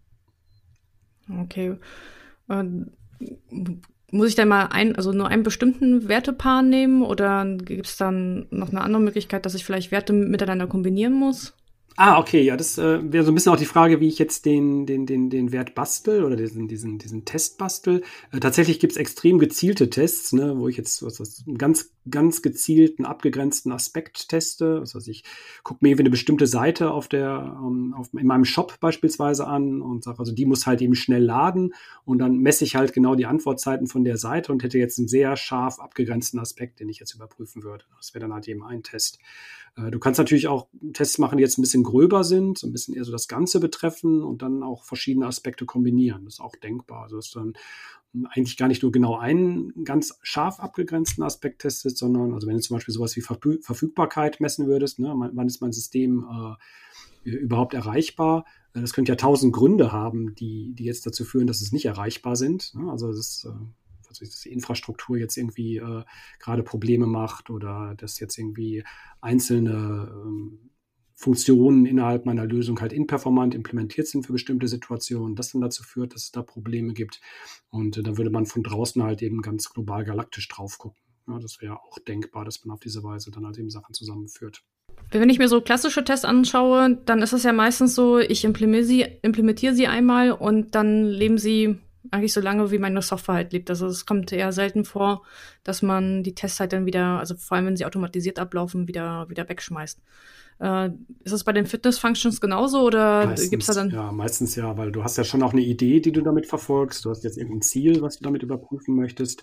Okay. Ähm, muss ich dann mal ein, also nur einen bestimmten Wertepaar nehmen oder gibt es dann noch eine andere Möglichkeit, dass ich vielleicht Werte miteinander kombinieren muss? Ah, okay, ja, das äh, wäre so ein bisschen auch die Frage, wie ich jetzt den, den, den, den Wert bastel oder diesen, diesen, diesen Test bastel. Äh, tatsächlich gibt's extrem gezielte Tests, ne, wo ich jetzt was, was, einen ganz, ganz gezielten, abgegrenzten Aspekt teste. Das heißt, ich gucke mir irgendwie eine bestimmte Seite auf der, um, auf, in meinem Shop beispielsweise an und sage, also die muss halt eben schnell laden und dann messe ich halt genau die Antwortzeiten von der Seite und hätte jetzt einen sehr scharf abgegrenzten Aspekt, den ich jetzt überprüfen würde. Das wäre dann halt eben ein Test. Du kannst natürlich auch Tests machen, die jetzt ein bisschen gröber sind, so ein bisschen eher so das Ganze betreffen und dann auch verschiedene Aspekte kombinieren. Das ist auch denkbar. Also dass du dann eigentlich gar nicht nur genau einen ganz scharf abgegrenzten Aspekt testest, sondern, also wenn du zum Beispiel sowas wie Verfü- Verfügbarkeit messen würdest, ne, wann ist mein System äh, überhaupt erreichbar? Das könnte ja tausend Gründe haben, die, die jetzt dazu führen, dass es nicht erreichbar sind. Ne? Also das ist äh, dass die Infrastruktur jetzt irgendwie äh, gerade Probleme macht oder dass jetzt irgendwie einzelne ähm, Funktionen innerhalb meiner Lösung halt inperformant implementiert sind für bestimmte Situationen, das dann dazu führt, dass es da Probleme gibt. Und äh, dann würde man von draußen halt eben ganz global galaktisch drauf gucken. Ja, das wäre auch denkbar, dass man auf diese Weise dann halt eben Sachen zusammenführt. Wenn ich mir so klassische Tests anschaue, dann ist es ja meistens so, ich implementiere sie, implementiere sie einmal und dann leben sie eigentlich so lange, wie meine Software halt lebt. Also es kommt eher selten vor, dass man die Tests halt dann wieder, also vor allem wenn sie automatisiert ablaufen, wieder, wieder wegschmeißt. Äh, ist das bei den Fitness-Functions genauso oder Meistens, gibt's da dann? ja, meistens ja, weil du hast ja schon auch eine Idee, die du damit verfolgst. Du hast jetzt irgendein Ziel, was du damit überprüfen möchtest.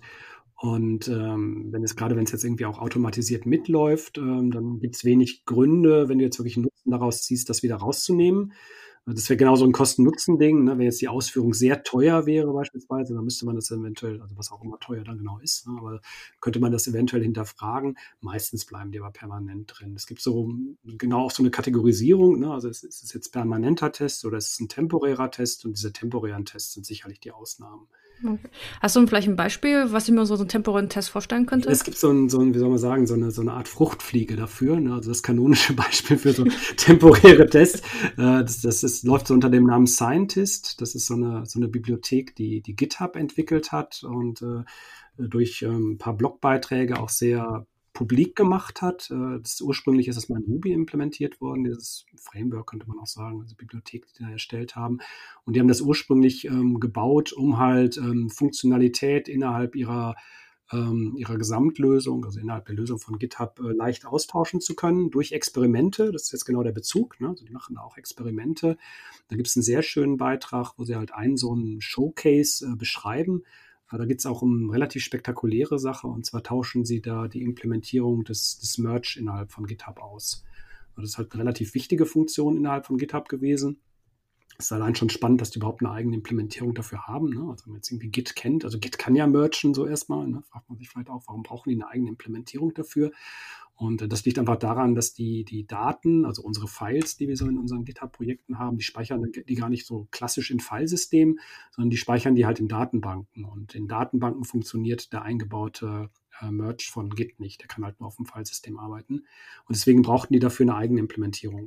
Und ähm, wenn es gerade wenn es jetzt irgendwie auch automatisiert mitläuft, ähm, dann gibt es wenig Gründe, wenn du jetzt wirklich einen Nutzen daraus ziehst, das wieder rauszunehmen. Das wäre genau so ein Kosten-Nutzen-Ding, ne? Wenn jetzt die Ausführung sehr teuer wäre beispielsweise, dann müsste man das eventuell, also was auch immer teuer dann genau ist, ne? Aber könnte man das eventuell hinterfragen. Meistens bleiben die aber permanent drin. Es gibt so genau auch so eine Kategorisierung, ne? Also ist, ist es jetzt permanenter Test oder ist es ein temporärer Test? Und diese temporären Tests sind sicherlich die Ausnahmen. Okay. Hast du vielleicht ein Beispiel, was ich mir so, so einen temporären Test vorstellen könnte? Es gibt so ein, so ein, wie soll man sagen, so eine, so eine Art Fruchtfliege dafür, ne? Also das kanonische Beispiel für so temporäre Tests. Äh, das das ist, läuft so unter dem Namen Scientist. Das ist so eine, so eine Bibliothek, die, die GitHub entwickelt hat und äh, durch ähm, ein paar Blogbeiträge auch sehr publik gemacht hat. Äh, das, ursprünglich ist es mal in Ruby implementiert worden, dieses Framework könnte man auch sagen, also Bibliothek, die die da erstellt haben. Und die haben das ursprünglich ähm, gebaut, um halt ähm, Funktionalität innerhalb ihrer ähm, ihrer Gesamtlösung, also innerhalb der Lösung von GitHub, äh, leicht austauschen zu können durch Experimente. Das ist jetzt genau der Bezug, ne? Also die machen da auch Experimente. Da gibt es einen sehr schönen Beitrag, wo sie halt einen so einen Showcase äh, beschreiben. Äh, da geht es auch um relativ spektakuläre Sache, und zwar tauschen sie da die Implementierung des, des Merge innerhalb von GitHub aus. Also das ist halt eine relativ wichtige Funktion innerhalb von GitHub gewesen. Es ist allein schon spannend, dass die überhaupt eine eigene Implementierung dafür haben. Ne? Also wenn man jetzt irgendwie Git kennt, also Git kann ja mergen so erstmal, ne? Fragt man sich vielleicht auch, warum brauchen die eine eigene Implementierung dafür? Und äh, das liegt einfach daran, dass die, die Daten, also unsere Files, die wir so in unseren GitHub-Projekten haben, die speichern die gar nicht so klassisch in Filesystemen, sondern die speichern die halt in Datenbanken. Und in Datenbanken funktioniert der eingebaute äh, Merge von Git nicht. Der kann halt nur auf dem Filesystem arbeiten. Und deswegen brauchten die dafür eine eigene Implementierung.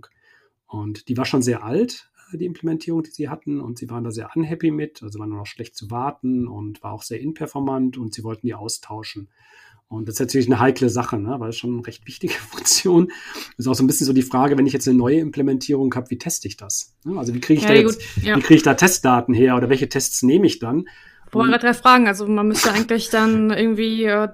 Und die war schon sehr alt, die Implementierung, die sie hatten, und sie waren da sehr unhappy mit, also war nur noch schlecht zu warten und war auch sehr inperformant, und sie wollten die austauschen. Und das ist natürlich eine heikle Sache, ne? Weil es schon eine recht wichtige Funktion ist. Auch so ein bisschen so die Frage, wenn ich jetzt eine neue Implementierung habe, wie teste ich das? Also wie kriege ich, ja, da jetzt, ja. wie kriege ich da Testdaten her, oder welche Tests nehme ich dann? Vorher gerade drei Fragen. Also man müsste eigentlich dann irgendwie äh,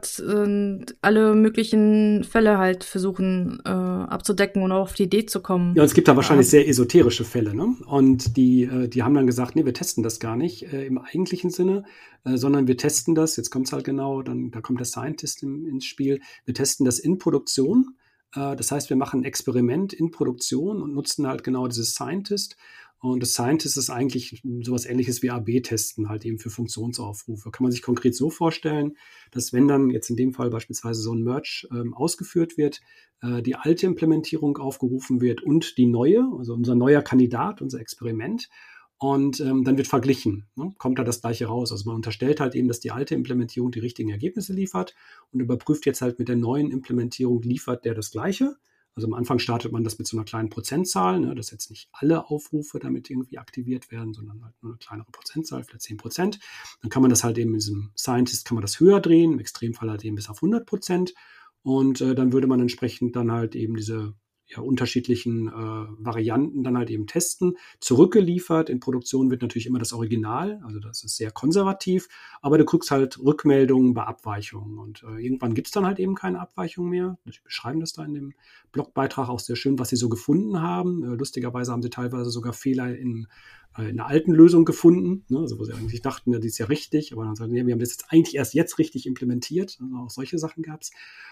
alle möglichen Fälle halt versuchen äh, abzudecken und auch auf die Idee zu kommen. Ja, und es gibt da wahrscheinlich sehr esoterische Fälle, ne? Und die, äh, die haben dann gesagt, nee, wir testen das gar nicht äh, im eigentlichen Sinne, äh, sondern wir testen das, jetzt kommt es halt genau, dann da kommt der Scientist im, ins Spiel, wir testen das in Produktion. Äh, das heißt, wir machen ein Experiment in Produktion und nutzen halt genau dieses Scientist. Und das Scientist ist eigentlich sowas Ähnliches wie A B testen, halt eben für Funktionsaufrufe. Kann man sich konkret so vorstellen, dass wenn dann jetzt in dem Fall beispielsweise so ein Merge ähm, ausgeführt wird, äh, die alte Implementierung aufgerufen wird und die neue, also unser neuer Kandidat, unser Experiment, und ähm, dann wird verglichen, ne? Kommt da das Gleiche raus. Also man unterstellt halt eben, dass die alte Implementierung die richtigen Ergebnisse liefert und überprüft jetzt halt mit der neuen Implementierung, liefert der das Gleiche. Also am Anfang startet man das mit so einer kleinen Prozentzahl, ne, dass jetzt nicht alle Aufrufe damit irgendwie aktiviert werden, sondern halt nur eine kleinere Prozentzahl, vielleicht zehn Prozent. Dann kann man das halt eben in diesem Scientist, kann man das höher drehen, im Extremfall halt eben bis auf hundert Prozent. Und äh, dann würde man entsprechend dann halt eben diese ja, unterschiedlichen äh, Varianten dann halt eben testen. Zurückgeliefert in Produktion wird natürlich immer das Original, also das ist sehr konservativ, aber du kriegst halt Rückmeldungen bei Abweichungen, und äh, irgendwann gibt es dann halt eben keine Abweichung mehr. Sie beschreiben das da in dem Blogbeitrag auch sehr schön, was sie so gefunden haben. Äh, lustigerweise haben sie teilweise sogar Fehler in, äh, in der alten Lösung gefunden, ne? Also wo sie eigentlich dachten, ja, die ist ja richtig, aber dann sagen, nee, wir haben das jetzt eigentlich erst jetzt richtig implementiert. Also auch solche Sachen gab es.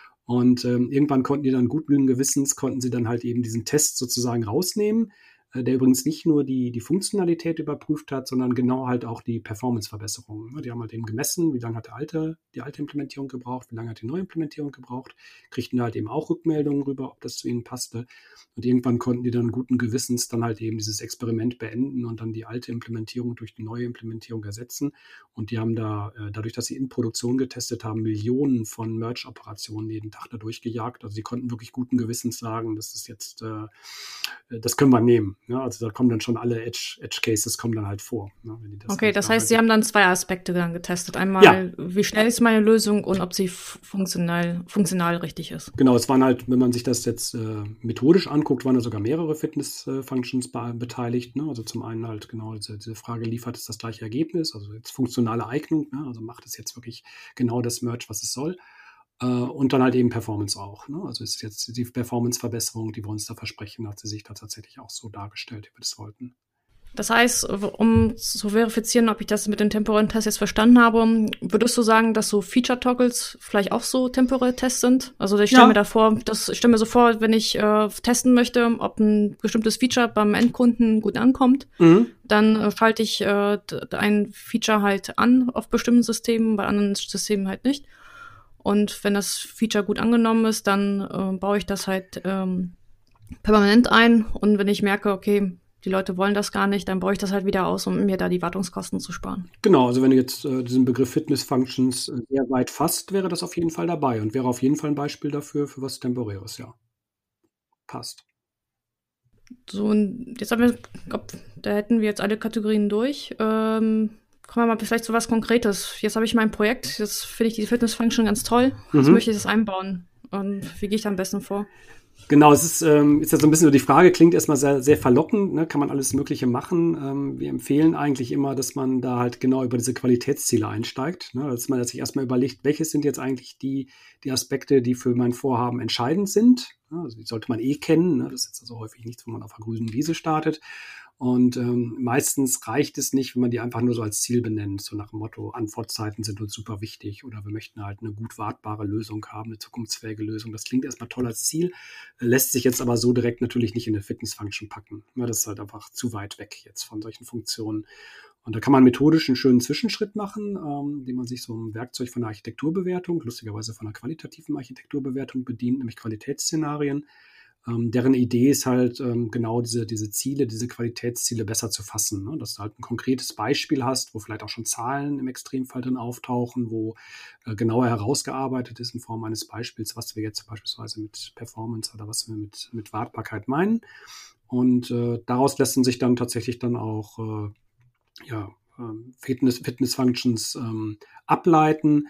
Und ähm, irgendwann konnten die dann guten Gewissens, konnten sie dann halt eben diesen Test sozusagen rausnehmen, äh, der übrigens nicht nur die, die Funktionalität überprüft hat, sondern genau halt auch die Performance-Verbesserungen. Die haben halt eben gemessen, wie lange hat der alte, die alte Implementierung gebraucht, wie lange hat die neue Implementierung gebraucht, kriegten da halt eben auch Rückmeldungen rüber, ob das zu ihnen passte. Und irgendwann konnten die dann guten Gewissens dann halt eben dieses Experiment beenden und dann die alte Implementierung durch die neue Implementierung ersetzen. Und die haben da, äh, dadurch, dass sie in Produktion getestet haben, Millionen von Merge-Operationen jeden Tag da durchgejagt. Also sie konnten wirklich guten Gewissens sagen, das ist jetzt, äh, das können wir nehmen. Ja, also da kommen dann schon alle Edge, Edge Cases kommen dann halt vor. Ne, wenn die das okay, halt das heißt, Sie haben dann zwei Aspekte dann getestet. Einmal, ja. wie schnell ist meine Lösung und ob sie f- funktional, funktional richtig ist. Genau, es waren halt, wenn man sich das jetzt äh, methodisch anguckt, waren da sogar mehrere Fitness-Functions be- beteiligt. Ne? Also zum einen halt genau diese, diese Frage, liefert es das gleiche Ergebnis? Also jetzt funktionale Eignung, ne? Also macht es jetzt wirklich genau das Merge, was es soll? Äh, und dann halt eben Performance auch. Ne? Also ist jetzt die Performance-Verbesserung, die wir uns da versprechen, hat sie sich da tatsächlich auch so dargestellt, wie wir das wollten. Das heißt, um zu verifizieren, ob ich das mit dem temporären Test jetzt verstanden habe, würdest du sagen, dass so Feature-Toggles vielleicht auch so temporäre Tests sind? Also ich stelle Ja. mir da vor, das ich stelle mir so vor, wenn ich äh, testen möchte, ob ein bestimmtes Feature beim Endkunden gut ankommt, Mhm. dann äh, schalte ich äh, d- ein Feature halt an auf bestimmten Systemen, bei anderen Systemen halt nicht. Und wenn das Feature gut angenommen ist, dann äh, baue ich das halt ähm, permanent ein. Und wenn ich merke, okay, die Leute wollen das gar nicht, dann baue ich das halt wieder aus, um mir da die Wartungskosten zu sparen. Genau, also wenn du jetzt äh, diesen Begriff Fitness Functions äh, sehr weit fasst, wäre das auf jeden Fall dabei und wäre auf jeden Fall ein Beispiel dafür, für was Temporäres, ja. Passt. So, und jetzt haben wir, ob, da hätten wir jetzt alle Kategorien durch. Ähm, kommen wir mal vielleicht zu was Konkretes. Jetzt habe ich mein Projekt, jetzt finde ich die Fitness Function ganz toll. Jetzt Mhm. möchte ich das einbauen. Und wie gehe ich da am besten vor? Genau, es ist, ähm, ist ja so ein bisschen so die Frage, klingt erstmal sehr, sehr verlockend, ne? Kann man alles Mögliche machen. Ähm, wir empfehlen eigentlich immer, dass man da halt genau über diese Qualitätsziele einsteigt, ne? Dass man sich erstmal überlegt, welche sind jetzt eigentlich die, die Aspekte, die für mein Vorhaben entscheidend sind. Ja, also die sollte man eh kennen, ne? Das ist jetzt also häufig nichts, wo man auf einer grünen Wiese startet. Und ähm, meistens reicht es nicht, wenn man die einfach nur so als Ziel benennt, so nach dem Motto, Antwortzeiten sind uns super wichtig oder wir möchten halt eine gut wartbare Lösung haben, eine zukunftsfähige Lösung. Das klingt erstmal toll als Ziel, lässt sich jetzt aber so direkt natürlich nicht in eine Fitness-Function packen. Ja, das ist halt einfach zu weit weg jetzt von solchen Funktionen. Und da kann man methodisch einen schönen Zwischenschritt machen, ähm, indem man sich so ein Werkzeug von der Architekturbewertung, lustigerweise von einer qualitativen Architekturbewertung bedient, nämlich Qualitätsszenarien. Ähm, deren Idee ist halt, ähm, genau diese, diese Ziele, diese Qualitätsziele besser zu fassen. Ne? Dass du halt ein konkretes Beispiel hast, wo vielleicht auch schon Zahlen im Extremfall drin auftauchen, wo äh, genauer herausgearbeitet ist in Form eines Beispiels, was wir jetzt beispielsweise mit Performance oder was wir mit, mit Wartbarkeit meinen. Und äh, daraus lassen sich dann tatsächlich dann auch äh, ja, ähm, Fitness, Fitness-Functions ähm, ableiten.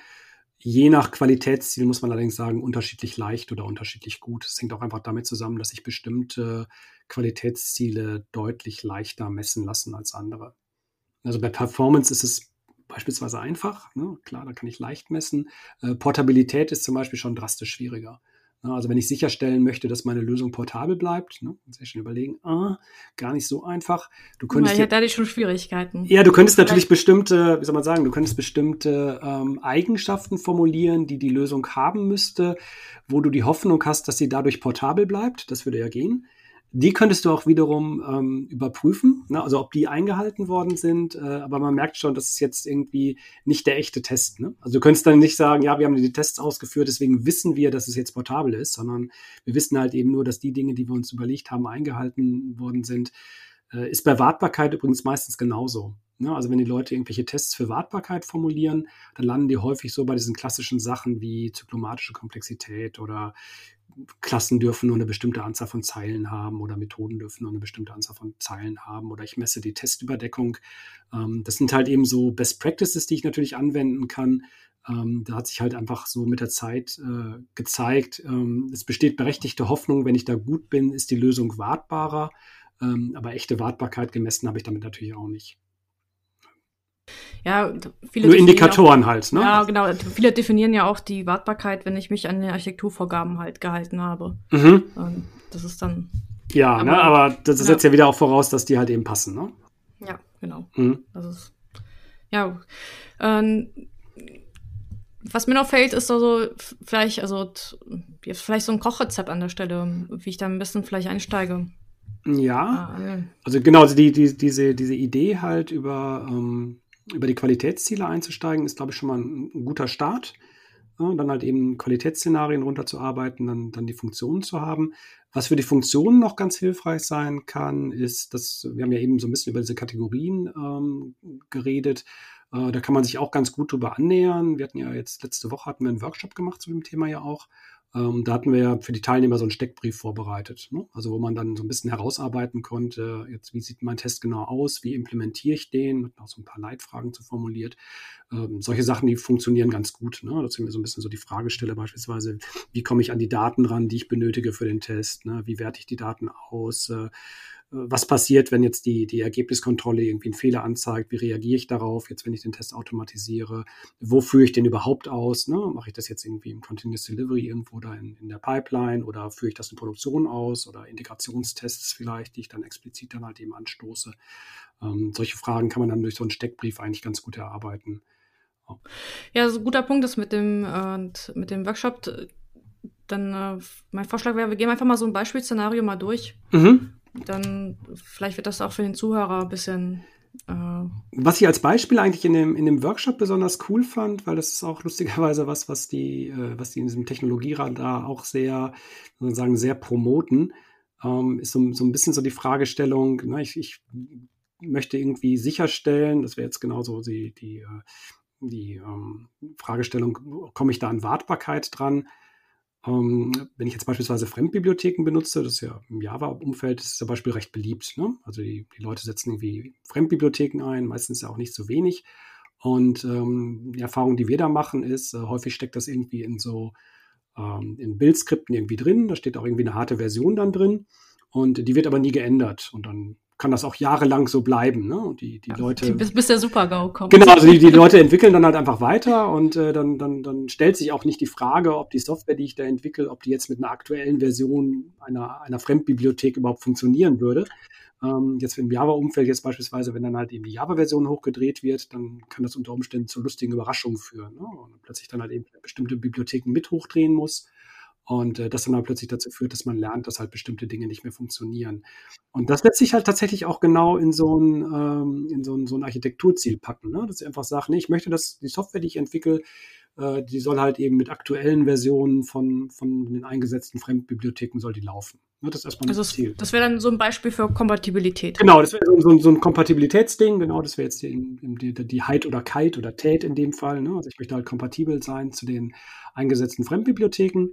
Je nach Qualitätsziel muss man allerdings sagen, unterschiedlich leicht oder unterschiedlich gut. Es hängt auch einfach damit zusammen, dass sich bestimmte Qualitätsziele deutlich leichter messen lassen als andere. Also bei Performance ist es beispielsweise einfach, ne? Klar, da kann ich leicht messen. Äh, Portabilität ist zum Beispiel schon drastisch schwieriger. Ja, also wenn ich sicherstellen möchte, dass meine Lösung portabel bleibt, ne, muss ich schon überlegen, ah, gar nicht so einfach. Du könntest Ja, ja, da hatte ich schon Schwierigkeiten. ja, du könntest natürlich Vielleicht- bestimmte, wie soll man sagen, du könntest bestimmte ähm, Eigenschaften formulieren, die die Lösung haben müsste, wo du die Hoffnung hast, dass sie dadurch portabel bleibt. Das würde ja gehen. Die könntest du auch wiederum ähm, überprüfen, ne? Also ob die eingehalten worden sind. Äh, aber man merkt schon, das ist jetzt irgendwie nicht der echte Test. Ne? Also du könntest dann nicht sagen, ja, wir haben die Tests ausgeführt, deswegen wissen wir, dass es jetzt portabel ist, sondern wir wissen halt eben nur, dass die Dinge, die wir uns überlegt haben, eingehalten worden sind. Äh, ist bei Wartbarkeit übrigens meistens genauso. Ne? Also wenn die Leute irgendwelche Tests für Wartbarkeit formulieren, dann landen die häufig so bei diesen klassischen Sachen wie zyklomatische Komplexität oder Klassen dürfen nur eine bestimmte Anzahl von Zeilen haben oder Methoden dürfen nur eine bestimmte Anzahl von Zeilen haben oder ich messe die Testüberdeckung. Ähm, das sind halt eben so Best Practices, die ich natürlich anwenden kann. Ähm, da hat sich halt einfach so mit der Zeit äh, gezeigt, ähm, es besteht berechtigte Hoffnung, wenn ich da gut bin, ist die Lösung wartbarer. Ähm, aber echte Wartbarkeit gemessen habe ich damit natürlich auch nicht. Ja, viele Nur definieren Indikatoren auch, halt, ne? Ja, genau. Viele definieren ja auch die Wartbarkeit, wenn ich mich an die Architekturvorgaben halt gehalten habe. Mhm. Und das ist dann, Ja, Aber- ne, aber das ja. setzt ja wieder auch voraus, dass die halt eben passen, ne? ja, genau. Mhm. Das ist, ja. Ähm, was mir noch fehlt, ist also f- vielleicht, also t- jetzt vielleicht so ein Kochrezept an der Stelle, wie ich da am besten vielleicht einsteige. Ja, Ah, äh, also genau, also die, die, diese, diese Idee halt über, ähm, über die Qualitätsziele einzusteigen, ist, glaube ich, schon mal ein, ein guter Start. Ja, dann halt eben Qualitätsszenarien runterzuarbeiten, dann, dann die Funktionen zu haben. Was für die Funktionen noch ganz hilfreich sein kann, ist, dass wir haben ja eben so ein bisschen über diese Kategorien ähm, geredet. Äh, da kann man sich auch ganz gut drüber annähern. Wir hatten ja jetzt letzte Woche hatten wir einen Workshop gemacht zu dem Thema ja auch. Ähm, da hatten wir ja für die Teilnehmer so einen Steckbrief vorbereitet, ne? Also wo man dann so ein bisschen herausarbeiten konnte, jetzt wie sieht mein Test genau aus, wie implementiere ich den, mit auch so ein paar Leitfragen zu formuliert. Ähm, solche Sachen, die funktionieren ganz gut, ne? Dass ich mir so ein bisschen so die Frage stelle beispielsweise, wie komme ich an die Daten ran, die ich benötige für den Test, ne? Wie werte ich die Daten aus, äh, was passiert, wenn jetzt die, die Ergebniskontrolle irgendwie einen Fehler anzeigt? Wie reagiere ich darauf, jetzt wenn ich den Test automatisiere? Wo führe ich den überhaupt aus? Ne? Mache ich das jetzt irgendwie im Continuous Delivery irgendwo da in, in der Pipeline oder führe ich das in Produktion aus oder Integrationstests vielleicht, die ich dann explizit dann halt eben anstoße? Ähm, solche Fragen kann man dann durch so einen Steckbrief eigentlich ganz gut erarbeiten. Oh. Ja, so ein guter Punkt ist mit dem, äh, mit dem Workshop. Dann äh, mein Vorschlag wäre, wir gehen einfach mal so ein Beispielszenario mal durch. Mhm. Dann vielleicht wird das auch für den Zuhörer ein bisschen. Äh was ich als Beispiel eigentlich in dem, in dem Workshop besonders cool fand, weil das ist auch lustigerweise was, was die, äh, was die in diesem Technologieradar auch sehr, sozusagen sehr promoten, ähm, ist so, so ein bisschen so die Fragestellung, ne, ich, ich möchte irgendwie sicherstellen, das wäre jetzt genauso die, die, die ähm, Fragestellung, komme ich da an Wartbarkeit dran? Ähm, wenn ich jetzt beispielsweise Fremdbibliotheken benutze, das ist ja im Java-Umfeld, ist zum Beispiel recht beliebt, ne? Also die, die Leute setzen irgendwie Fremdbibliotheken ein, meistens ja auch nicht so wenig. Und ähm, die Erfahrung, die wir da machen, ist, äh, häufig steckt das irgendwie in so ähm, in Build-Skripten irgendwie drin. Da steht auch irgendwie eine harte Version dann drin. Und die wird aber nie geändert. Und dann kann das auch jahrelang so bleiben, ne? Und die, die ja, Leute. Bis, bis der Super-GAU kommt. Genau, also die, die Leute entwickeln dann halt einfach weiter und äh, dann, dann, dann stellt sich auch nicht die Frage, ob die Software, die ich da entwickle, ob die jetzt mit einer aktuellen Version einer, einer Fremdbibliothek überhaupt funktionieren würde. Ähm, jetzt im Java-Umfeld jetzt beispielsweise, wenn dann halt eben die Java-Version hochgedreht wird, dann kann das unter Umständen zu lustigen Überraschungen führen, ne? Und plötzlich dann halt eben bestimmte Bibliotheken mit hochdrehen muss. Und äh, das dann halt plötzlich dazu führt, dass man lernt, dass halt bestimmte Dinge nicht mehr funktionieren. Und das lässt sich halt tatsächlich auch genau in so ein, ähm, in so ein, so ein Architekturziel packen, ne? Dass ich einfach sage, nee, ich möchte, dass die Software, die ich entwickle, äh, die soll halt eben mit aktuellen Versionen von, von den eingesetzten Fremdbibliotheken soll die laufen. Ne? Das ist erstmal also das Ziel. Das wäre dann so ein Beispiel für Kompatibilität. Genau, das wäre so, so, so ein Kompatibilitätsding, genau, das wäre jetzt die, die, die Height oder Kite oder Tät in dem Fall, ne? Also ich möchte halt kompatibel sein zu den eingesetzten Fremdbibliotheken.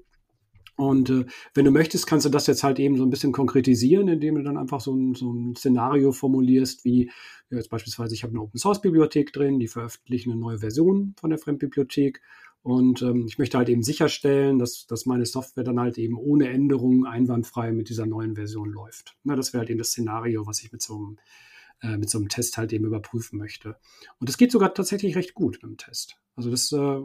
Und äh, wenn du möchtest, kannst du das jetzt halt eben so ein bisschen konkretisieren, indem du dann einfach so ein, so ein Szenario formulierst, wie ja, jetzt beispielsweise, ich habe eine Open-Source-Bibliothek drin, die veröffentlichen eine neue Version von der Fremdbibliothek und ähm, ich möchte halt eben sicherstellen, dass, dass meine Software dann halt eben ohne Änderungen einwandfrei mit dieser neuen Version läuft. Na, das wäre halt eben das Szenario, was ich mit so einem, äh, mit so einem Test halt eben überprüfen möchte. Und das geht sogar tatsächlich recht gut mit dem Test. Also das äh,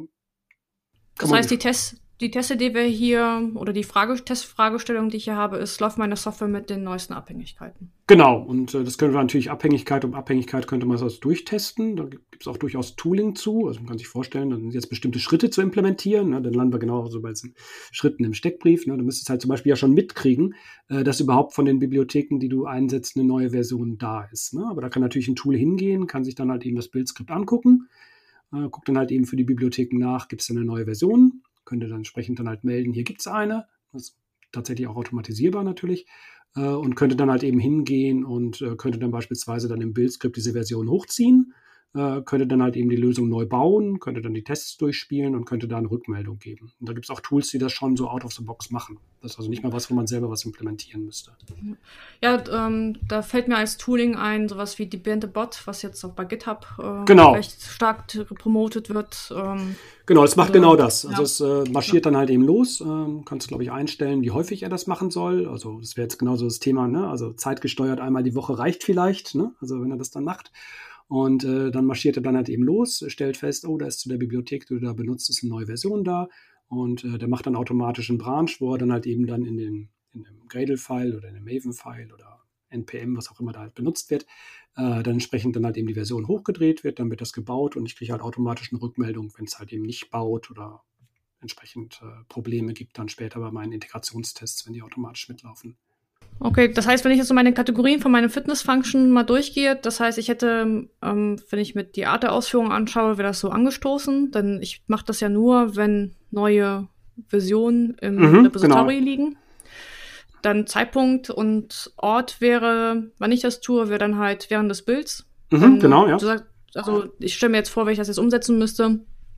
Das heißt, die Tests Die Testidee wäre hier, oder die Frage, Testfragestellung, die ich hier habe, ist, läuft meine Software mit den neuesten Abhängigkeiten? Genau, und äh, das können wir natürlich Abhängigkeit um Abhängigkeit könnte man das durchtesten. Da gibt es auch durchaus Tooling zu. Also man kann sich vorstellen, dann sind jetzt bestimmte Schritte zu implementieren. Ne? Dann landen wir genauso bei diesen Schritten im Steckbrief. Ne? Du müsstest halt zum Beispiel ja schon mitkriegen, äh, dass überhaupt von den Bibliotheken, die du einsetzt, eine neue Version da ist. Ne? Aber da kann natürlich ein Tool hingehen, kann sich dann halt eben das Build-Skript angucken, äh, guckt dann halt eben für die Bibliotheken nach, gibt es eine neue Version, könnte dann entsprechend dann halt melden, hier gibt es eine, das ist tatsächlich auch automatisierbar natürlich, äh, und könnte dann halt eben hingehen und äh, könnte dann beispielsweise dann im Build-Skript diese Version hochziehen, äh, könnte dann halt eben die Lösung neu bauen, könnte dann die Tests durchspielen und könnte da eine Rückmeldung geben. Und da gibt es auch Tools, die das schon so out of the box machen. Das ist also nicht mal was, wo man selber was implementieren müsste. Ja, ähm, da fällt mir als Tooling ein, sowas wie DebianteBot, was jetzt auch bei GitHub äh, genau. recht stark promotet wird. Ähm, genau, das macht oder, genau das. Also ja. es äh, marschiert ja. dann halt eben los. Ähm, kannst, glaube ich, einstellen, wie häufig er das machen soll. Also das wäre jetzt genauso das Thema, ne? Also zeitgesteuert einmal die Woche reicht vielleicht, ne? Also wenn er das dann macht. Und äh, dann marschiert er dann halt eben los, stellt fest, oh, da ist zu der Bibliothek, die du da benutzt, ist eine neue Version da. Und äh, der macht dann automatisch einen Branch, wo er dann halt eben dann in, den, in dem Gradle-File oder in dem Maven-File oder N P M, was auch immer da halt benutzt wird, äh, dann entsprechend dann halt eben die Version hochgedreht wird, dann wird das gebaut und ich kriege halt automatisch eine Rückmeldung, wenn es halt eben nicht baut oder entsprechend äh, Probleme gibt dann später bei meinen Integrationstests, wenn die automatisch mitlaufen. Okay, das heißt, wenn ich jetzt so meine Kategorien von meinem Fitness-Function mal durchgehe, das heißt, ich hätte, ähm, wenn ich mit die Art der Ausführung anschaue, wäre das so angestoßen, denn ich mache das ja nur, wenn neue Versionen im mhm, Repository genau. liegen. Dann Zeitpunkt und Ort wäre, wann ich das tue, wäre dann halt während des Builds. Mhm, dann, genau, ja. Du sagst, also ich stelle mir jetzt vor, wenn ich das jetzt umsetzen müsste,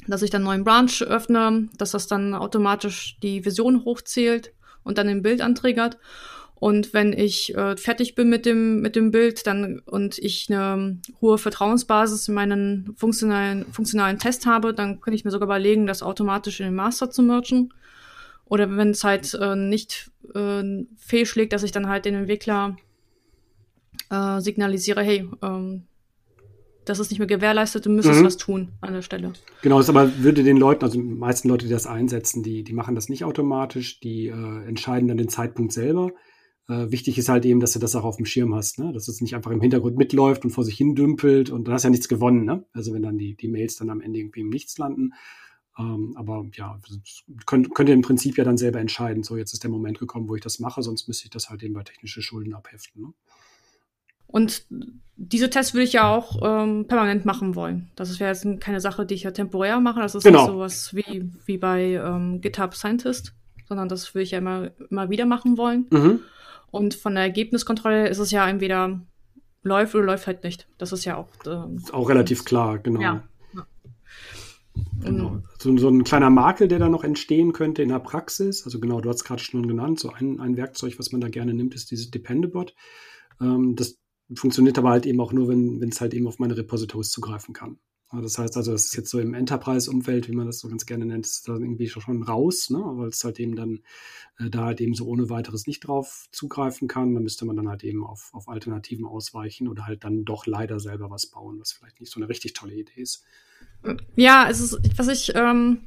dass ich dann einen neuen Branch öffne, dass das dann automatisch die Version hochzählt und dann ein Bild antriggert. Und wenn ich äh, fertig bin mit dem mit dem Bild dann und ich eine hohe Vertrauensbasis in meinen funktionalen funktionalen Test habe, dann könnte ich mir sogar überlegen, das automatisch in den Master zu mergen. Oder wenn es halt äh, nicht äh, fehlschlägt, dass ich dann halt den Entwickler äh, signalisiere, hey, ähm, das ist nicht mehr gewährleistet, du müsstest mhm. was tun an der Stelle. Genau, das aber würde den Leuten, also die meisten Leute, die das einsetzen, die, die machen das nicht automatisch, die äh, entscheiden dann den Zeitpunkt selber. Äh, wichtig ist halt eben, dass du das auch auf dem Schirm hast, ne? Dass es nicht einfach im Hintergrund mitläuft und vor sich hin dümpelt und dann hast du ja nichts gewonnen, ne? Also wenn dann die, die Mails dann am Ende irgendwie im Nichts landen. Ähm, aber ja, könnt, könnt ihr im Prinzip ja dann selber entscheiden, so jetzt ist der Moment gekommen, wo ich das mache, sonst müsste ich das halt eben bei technische Schulden abheften, ne? Und diese Tests will ich ja auch ähm, permanent machen wollen. Das wäre jetzt keine Sache, die ich ja temporär mache. Das ist genau. nicht sowas wie, wie bei ähm, GitHub Scientist, sondern das will ich ja immer, immer wieder machen wollen. Mhm. Und von der Ergebniskontrolle ist es ja entweder läuft oder läuft halt nicht. Das ist ja auch... Ähm, ist auch relativ klar, genau. Ja. ja. Genau. So, so ein kleiner Makel, der da noch entstehen könnte in der Praxis. Also genau, du hast es gerade schon genannt. So ein, ein Werkzeug, was man da gerne nimmt, ist dieses Dependabot. Ähm, das funktioniert aber halt eben auch nur, wenn es halt eben auf meine Repositories zugreifen kann. Das heißt also, das ist jetzt so im Enterprise-Umfeld, wie man das so ganz gerne nennt, ist da irgendwie schon raus, ne? Weil es halt eben dann äh, da halt eben so ohne weiteres nicht drauf zugreifen kann. Da müsste man dann halt eben auf, auf Alternativen ausweichen oder halt dann doch leider selber was bauen, was vielleicht nicht so eine richtig tolle Idee ist. Ja, es ist, was ich ähm,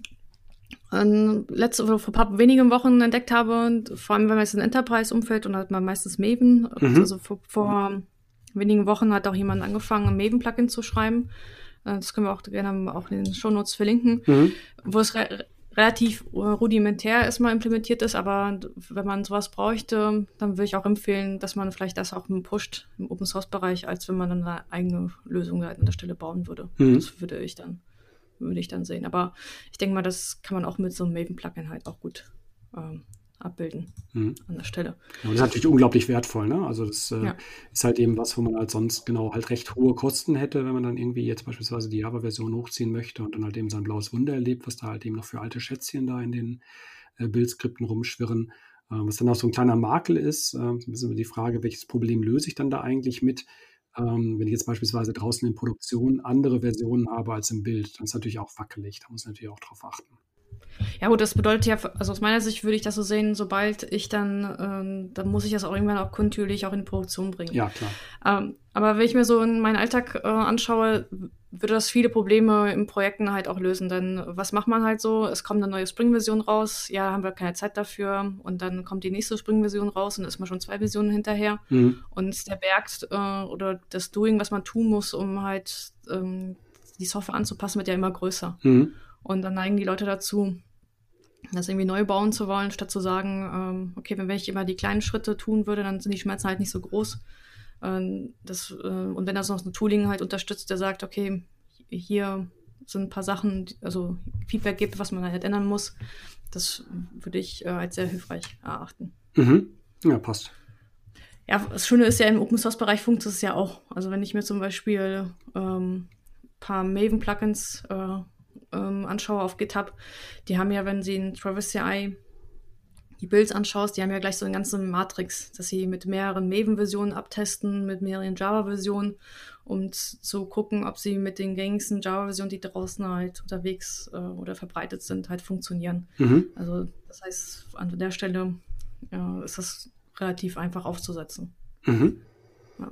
letzte oder vor ein paar wenigen Wochen entdeckt habe, vor allem wenn man jetzt im Enterprise-Umfeld und hat man meistens Maven, mhm. also vor, vor wenigen Wochen hat auch jemand angefangen, ein Maven-Plugin zu schreiben. Das können wir auch gerne auch in den Shownotes verlinken, mhm. wo es re- relativ rudimentär erstmal implementiert ist, aber wenn man sowas bräuchte, dann würde ich auch empfehlen, dass man vielleicht das auch pusht im Open-Source-Bereich, als wenn man dann eine eigene Lösung an der Stelle bauen würde. Mhm. Das würde ich dann, würde ich dann sehen. Aber ich denke mal, das kann man auch mit so einem Maven-Plugin halt auch gut ähm, abbilden mhm. an der Stelle. Ja, das ist natürlich unglaublich wertvoll, ne? Also das äh, ja. ist halt eben was, wo man halt sonst genau halt recht hohe Kosten hätte, wenn man dann irgendwie jetzt beispielsweise die Java-Version hochziehen möchte und dann halt eben sein blaues Wunder erlebt, was da halt eben noch für alte Schätzchen da in den äh, Bildskripten rumschwirren. Äh, was dann auch so ein kleiner Makel ist, äh, ein bisschen die Frage, welches Problem löse ich dann da eigentlich mit? Ähm, wenn ich jetzt beispielsweise draußen in Produktion andere Versionen habe als im Bild, dann ist natürlich auch wackelig, da muss man natürlich auch drauf achten. Ja gut, das bedeutet ja, also aus meiner Sicht würde ich das so sehen, sobald ich dann, ähm, dann muss ich das auch irgendwann auch kontinuierlich auch in die Produktion bringen. Ja, klar. Ähm, aber wenn ich mir so in meinen Alltag äh, anschaue, würde das viele Probleme in Projekten halt auch lösen. Denn was macht man halt so? Es kommt eine neue Spring-Version raus, ja, haben wir keine Zeit dafür und dann kommt die nächste Spring-Version raus und ist man schon zwei Versionen hinterher. Mhm. Und der Berg äh, oder das Doing, was man tun muss, um halt ähm, die Software anzupassen, wird ja immer größer. Mhm. Und dann neigen die Leute dazu, das irgendwie neu bauen zu wollen, statt zu sagen, ähm, okay, wenn ich immer die kleinen Schritte tun würde, dann sind die Schmerzen halt nicht so groß. Ähm, das, äh, und wenn das noch so ein Tooling halt unterstützt, der sagt, okay, hier sind ein paar Sachen, also Feedback gibt, was man halt ändern muss, das würde ich äh, als sehr hilfreich erachten. Mhm. Ja, passt. Ja, das Schöne ist ja, im Open-Source-Bereich funktioniert es ja auch. Also wenn ich mir zum Beispiel ähm, ein paar Maven-Plugins äh, ähm, anschaue auf GitHub, die haben ja, wenn sie in Travis C I die Builds anschaust, die haben ja gleich so eine ganze Matrix, dass sie mit mehreren Maven-Versionen abtesten, mit mehreren Java-Versionen, um zu gucken, ob sie mit den gängigsten Java-Versionen, die draußen halt unterwegs äh, oder verbreitet sind, halt funktionieren. Mhm. Also das heißt, an der Stelle äh, ist das relativ einfach aufzusetzen. Mhm. Ja.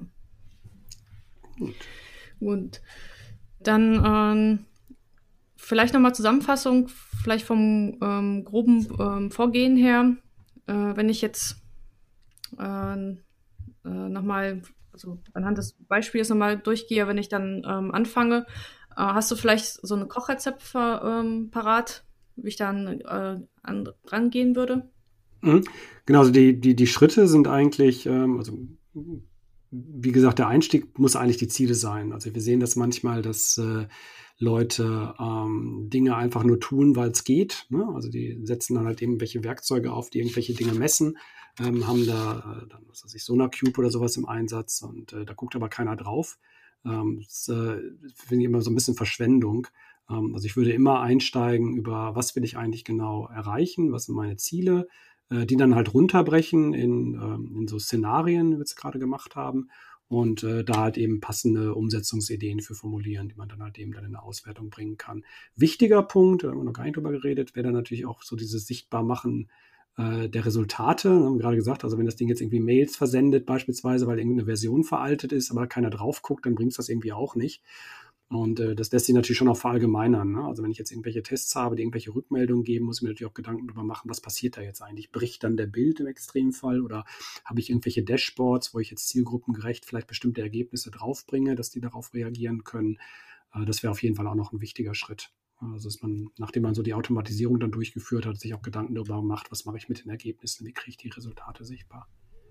Gut. Und dann ähm, vielleicht nochmal Zusammenfassung, vielleicht vom ähm, groben ähm, Vorgehen her. Äh, wenn ich jetzt äh, äh, nochmal, also anhand des Beispiels nochmal durchgehe, wenn ich dann ähm, anfange, äh, hast du vielleicht so ein Kochrezept für, ähm, parat, wie ich dann äh, an, rangehen würde? Mhm. Genau, also die, die, die Schritte sind eigentlich, ähm, also wie gesagt, der Einstieg muss eigentlich die Ziele sein. Also wir sehen das manchmal, dass äh, Leute ähm, Dinge einfach nur tun, weil es geht. Ne? Also die setzen dann halt irgendwelche Werkzeuge auf, die irgendwelche Dinge messen, ähm, haben da äh, dann, was weiß ich, SonarQube oder sowas im Einsatz und äh, da guckt aber keiner drauf. Ähm, das äh, finde ich immer so ein bisschen Verschwendung. Ähm, also ich würde immer einsteigen über, was will ich eigentlich genau erreichen, was sind meine Ziele, äh, die dann halt runterbrechen in, ähm, in so Szenarien, wie wir es gerade gemacht haben, und äh, da halt eben passende Umsetzungsideen für formulieren, die man dann halt eben dann in eine Auswertung bringen kann. Wichtiger Punkt, da haben wir noch gar nicht drüber geredet, wäre dann natürlich auch so dieses Sichtbarmachen äh, der Resultate. Wir haben gerade gesagt, also wenn das Ding jetzt irgendwie Mails versendet beispielsweise, weil irgendeine Version veraltet ist, aber keiner drauf guckt, dann bringt es das irgendwie auch nicht. Und äh, das lässt sich natürlich schon auch verallgemeinern. Ne? Also wenn ich jetzt irgendwelche Tests habe, die irgendwelche Rückmeldungen geben, muss ich mir natürlich auch Gedanken darüber machen, was passiert da jetzt eigentlich? Bricht dann der Bild im Extremfall oder habe ich irgendwelche Dashboards, wo ich jetzt zielgruppengerecht vielleicht bestimmte Ergebnisse draufbringe, dass die darauf reagieren können? Äh, das wäre auf jeden Fall auch noch ein wichtiger Schritt. Also dass man, nachdem man so die Automatisierung dann durchgeführt hat, sich auch Gedanken darüber macht, was mache ich mit den Ergebnissen, wie kriege ich die Resultate sichtbar?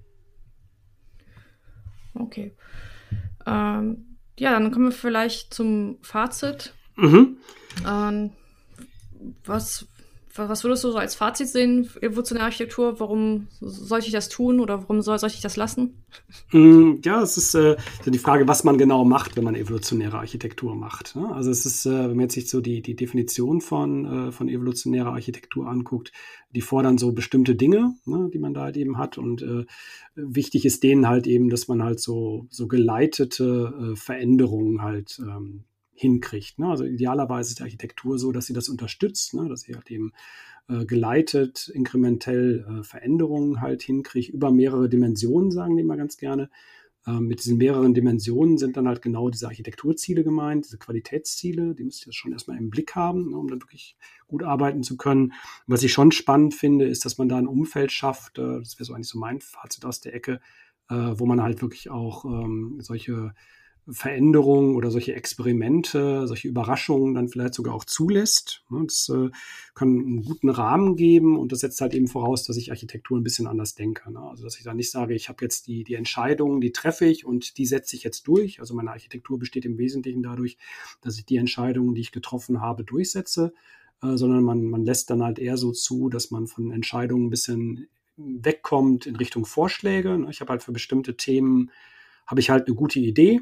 Okay. Ähm Ja, dann kommen wir vielleicht zum Fazit. Mhm. Ähm, was, was würdest du so als Fazit sehen, evolutionäre Architektur? Warum sollte ich das tun oder warum soll, sollte ich das lassen? Ja, es ist äh, die Frage, was man genau macht, wenn man evolutionäre Architektur macht. Ne? Also es ist, äh, wenn man jetzt sich so die, die Definition von, äh, von evolutionärer Architektur anguckt, die fordern so bestimmte Dinge, ne, die man da halt eben hat. Und äh, wichtig ist denen halt eben, dass man halt so, so geleitete äh, Veränderungen halt ähm, hinkriegt. Ne? Also idealerweise ist die Architektur so, dass sie das unterstützt, ne? Dass sie halt eben äh, geleitet, inkrementell äh, Veränderungen halt hinkriegt, über mehrere Dimensionen, sagen die immer ganz gerne. Ähm, mit diesen mehreren Dimensionen sind dann halt genau diese Architekturziele gemeint, diese Qualitätsziele, die müsst ihr schon erstmal im Blick haben, ne, um dann wirklich gut arbeiten zu können. Was ich schon spannend finde, ist, dass man da ein Umfeld schafft, äh, das wäre so eigentlich so mein Fazit aus der Ecke, äh, wo man halt wirklich auch ähm, solche Veränderungen oder solche Experimente, solche Überraschungen dann vielleicht sogar auch zulässt. Das äh, kann einen guten Rahmen geben und das setzt halt eben voraus, dass ich Architektur ein bisschen anders denke. Ne? Also dass ich da nicht sage, ich habe jetzt die, die Entscheidungen, die treffe ich und die setze ich jetzt durch. Also meine Architektur besteht im Wesentlichen dadurch, dass ich die Entscheidungen, die ich getroffen habe, durchsetze, äh, sondern man, man lässt dann halt eher so zu, dass man von Entscheidungen ein bisschen wegkommt in Richtung Vorschläge. Ne? Ich habe halt für bestimmte Themen, habe ich halt eine gute Idee.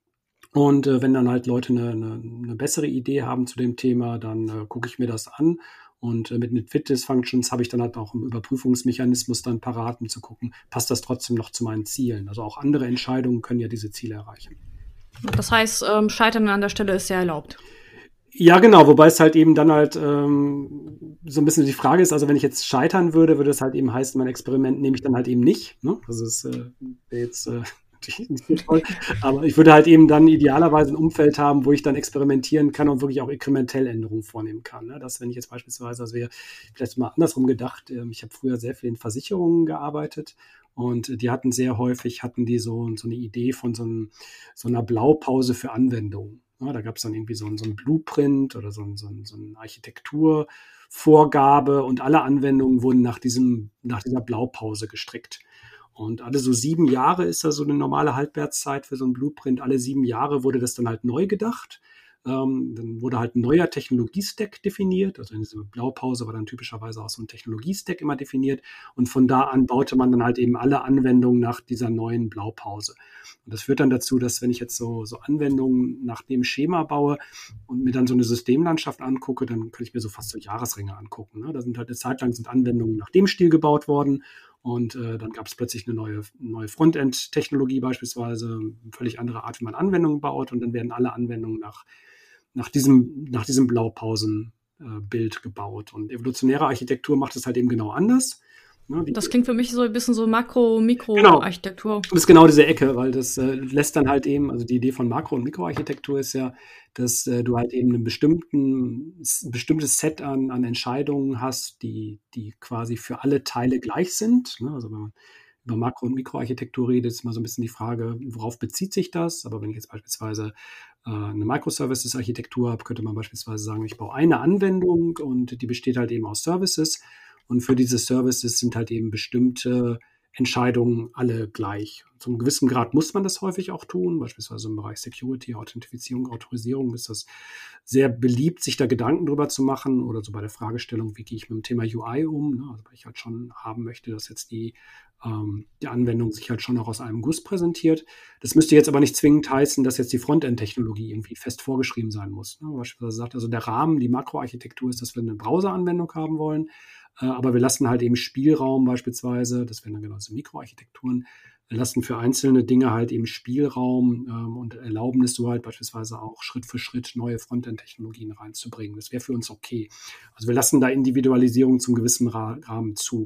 Und äh, wenn dann halt Leute eine, eine, eine bessere Idee haben zu dem Thema, dann äh, gucke ich mir das an. Und äh, mit den Fitness-Functions habe ich dann halt auch einen Überprüfungsmechanismus dann parat, um zu gucken, passt das trotzdem noch zu meinen Zielen. Also auch andere Entscheidungen können ja diese Ziele erreichen. Das heißt, ähm, Scheitern an der Stelle ist ja erlaubt. Ja, genau, wobei es halt eben dann halt ähm, so ein bisschen die Frage ist, also wenn ich jetzt scheitern würde, würde es halt eben heißen, mein Experiment nehme ich dann halt eben nicht. Ne? Also es äh, wäre jetzt... Äh, nicht so toll. Aber ich würde halt eben dann idealerweise ein Umfeld haben, wo ich dann experimentieren kann und wirklich auch inkrementell Änderungen vornehmen kann. Ne? Das, wenn ich jetzt beispielsweise, das wäre vielleicht mal andersrum gedacht, ähm, ich habe früher sehr viel in Versicherungen gearbeitet und die hatten sehr häufig, hatten die so, so eine Idee von so, einem, so einer Blaupause für Anwendungen. Ja, da gab es dann irgendwie so, so ein Blueprint oder so, so, so eine Architekturvorgabe und alle Anwendungen wurden nach, diesem, nach dieser Blaupause gestrickt. Und alle so sieben Jahre ist da so eine normale Haltwertszeit für so ein Blueprint. Alle sieben Jahre wurde das dann halt neu gedacht. Ähm, dann wurde halt ein neuer Technologiestack definiert. Also in dieser Blaupause war dann typischerweise auch so ein Technologiestack immer definiert. Und von da an baute man dann halt eben alle Anwendungen nach dieser neuen Blaupause. Und das führt dann dazu, dass wenn ich jetzt so, so Anwendungen nach dem Schema baue und mir dann so eine Systemlandschaft angucke, dann kann ich mir so fast so Jahresringe angucken. Ne? Da sind halt eine Zeit lang sind Anwendungen nach dem Stil gebaut worden. Und äh, dann gab es plötzlich eine neue, neue Frontend-Technologie beispielsweise, eine völlig andere Art, wie man Anwendungen baut. Und dann werden alle Anwendungen nach, nach diesem, nach diesem Blaupausenbild äh, gebaut. Und evolutionäre Architektur macht es halt eben genau anders. Ne, das klingt für mich so ein bisschen so Makro-Mikro-Architektur. Genau. Das ist genau diese Ecke, weil das äh, lässt dann halt eben, also die Idee von Makro- und Mikroarchitektur ist ja, dass äh, du halt eben einen bestimmten, ein bestimmtes Set an, an Entscheidungen hast, die, die quasi für alle Teile gleich sind. Ne? Also wenn man über Makro- und Mikroarchitektur redet, ist immer so ein bisschen die Frage, worauf bezieht sich das? Aber wenn ich jetzt beispielsweise äh, eine Microservices-Architektur habe, könnte man beispielsweise sagen, ich baue eine Anwendung und die besteht halt eben aus Und für diese Services sind halt eben bestimmte Entscheidungen alle gleich. zum gewissen Grad muss man das häufig auch tun, beispielsweise im Bereich Security, Authentifizierung, Autorisierung ist das sehr beliebt, sich da Gedanken drüber zu machen oder so bei der Fragestellung, wie gehe ich mit dem Thema U I um, ne? Also weil ich halt schon haben möchte, dass jetzt die, ähm, die Anwendung sich halt schon auch aus einem Guss präsentiert. Das müsste jetzt aber nicht zwingend heißen, dass jetzt die Frontend-Technologie irgendwie fest vorgeschrieben sein muss. Ne? Beispielsweise sagt also der Rahmen, die Makroarchitektur ist, dass wir eine Browser-Anwendung haben wollen, äh, aber wir lassen halt eben Spielraum beispielsweise, das wären dann genau so Mikroarchitekturen, lassen für einzelne Dinge halt eben Spielraum ähm, und erlauben es so halt beispielsweise auch Schritt für Schritt neue Frontend-Technologien reinzubringen. Das wäre für uns okay. Also wir lassen da Individualisierung zum gewissen Ra- Rahmen zu.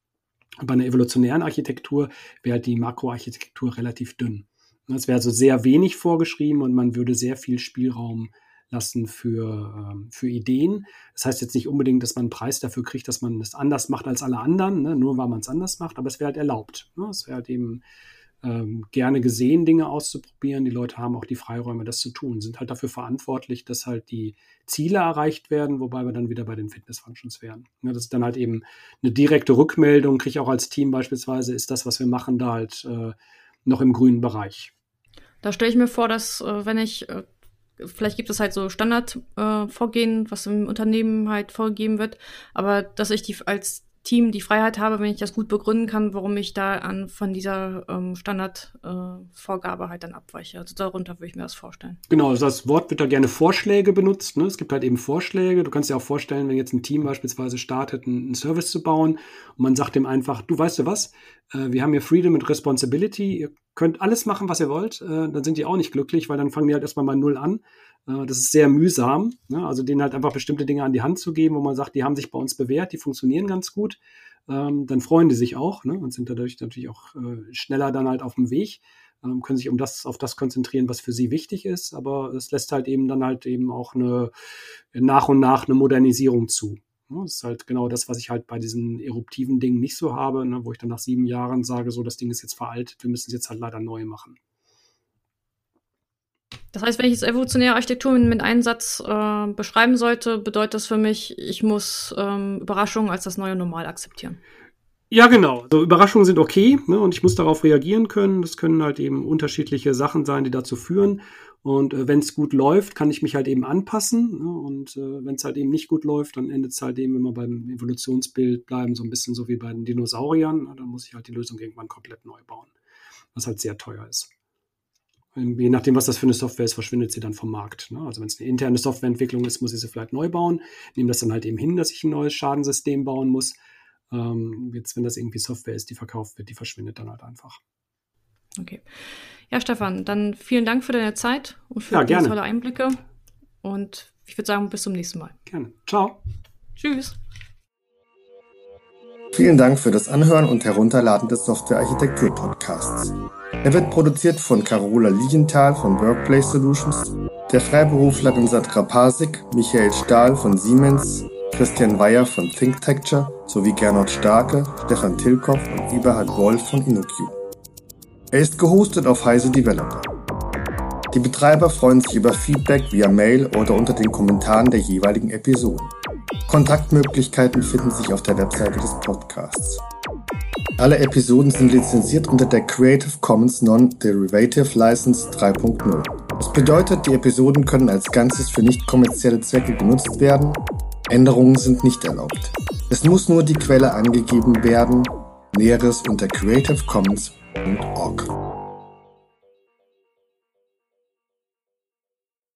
Bei einer evolutionären Architektur wäre halt die Makroarchitektur relativ dünn. Es wäre also sehr wenig vorgeschrieben und man würde sehr viel Spielraum lassen für, ähm, für Ideen. Das heißt jetzt nicht unbedingt, dass man einen Preis dafür kriegt, dass man es anders macht als alle anderen, ne? Nur weil man es anders macht, aber es wäre halt erlaubt. Ne? Es wäre halt eben ähm, gerne gesehen, Dinge auszuprobieren. Die Leute haben auch die Freiräume, das zu tun, sind halt dafür verantwortlich, dass halt die Ziele erreicht werden, wobei wir dann wieder bei den Fitness-Functions wären. Ne? Das ist dann halt eben eine direkte Rückmeldung, kriege ich auch als Team beispielsweise, ist das, was wir machen, da halt äh, noch im grünen Bereich. Da stelle ich mir vor, dass äh, wenn ich äh vielleicht gibt es halt so Standardvorgehen, äh, was im Unternehmen halt vorgegeben wird, aber dass ich die als Team die Freiheit habe, wenn ich das gut begründen kann, warum ich da an von dieser ähm, Standardvorgabe äh, halt dann abweiche. Also darunter würde ich mir das vorstellen. Genau, also das Wort wird da gerne Vorschläge benutzt. Ne? Es gibt halt eben Vorschläge. Du kannst dir auch vorstellen, wenn jetzt ein Team beispielsweise startet, einen, einen Service zu bauen und man sagt dem einfach, du weißt du was, äh, wir haben hier Freedom and Responsibility, ihr könnt alles machen, was ihr wollt, äh, dann sind die auch nicht glücklich, weil dann fangen die halt erstmal bei Null an. Äh, das ist sehr mühsam, ne? Also denen halt einfach bestimmte Dinge an die Hand zu geben, wo man sagt, die haben sich bei uns bewährt, die funktionieren ganz gut. Ähm, dann freuen die sich auch, ne? Und sind dadurch natürlich auch äh, schneller dann halt auf dem Weg, ähm, können sich um das, auf das konzentrieren, was für sie wichtig ist, aber es lässt halt eben dann halt eben auch eine, nach und nach eine Modernisierung zu. Das ist halt genau das, was ich halt bei diesen eruptiven Dingen nicht so habe, ne, wo ich dann nach sieben Jahren sage, so, das Ding ist jetzt veraltet, wir müssen es jetzt halt leider neu machen. Das heißt, wenn ich jetzt evolutionäre Architektur mit einem Satz äh, beschreiben sollte, bedeutet das für mich, ich muss ähm, Überraschungen als das neue Normal akzeptieren. Ja, genau. Also Überraschungen sind okay, ne, und ich muss darauf reagieren können. Das können halt eben unterschiedliche Sachen sein, die dazu führen. Und äh, wenn es gut läuft, kann ich mich halt eben anpassen. Ne? Und äh, wenn es halt eben nicht gut läuft, dann endet es halt eben, wenn wir beim Evolutionsbild bleiben, so ein bisschen so wie bei den Dinosauriern. Na, dann muss ich halt die Lösung irgendwann komplett neu bauen, was halt sehr teuer ist. Und je nachdem, was das für eine Software ist, verschwindet sie dann vom Markt. Ne? Also wenn es eine interne Softwareentwicklung ist, muss ich sie vielleicht neu bauen. Nehme das dann halt eben hin, dass ich ein neues Schadensystem bauen muss. Ähm, jetzt, wenn das irgendwie Software ist, die verkauft wird, die verschwindet dann halt einfach. Okay. Ja, Stefan, dann vielen Dank für deine Zeit und für ja, die gerne. tolle Einblicke. Und ich würde sagen, bis zum nächsten Mal. Gerne. Ciao. Tschüss. Vielen Dank für das Anhören und Herunterladen des Software-Architektur-Podcasts. Er wird produziert von Carola Lilienthal von Workplace Solutions, der Freiberuflerin Sandra Pasik, Michael Stahl von Siemens, Christian Weyer von ThinkTecture sowie Gernot Starke, Stefan Tilkoff und Eberhard Wolf von InnoQ. Er ist gehostet auf Heise Developer. Die Betreiber freuen sich über Feedback via Mail oder unter den Kommentaren der jeweiligen Episoden. Kontaktmöglichkeiten finden sich auf der Webseite des Podcasts. Alle Episoden sind lizenziert unter der Creative Commons Non-Derivative License drei Punkt null. Das bedeutet, die Episoden können als Ganzes für nicht kommerzielle Zwecke genutzt werden. Änderungen sind nicht erlaubt. Es muss nur die Quelle angegeben werden. Näheres unter creative commons punkt org.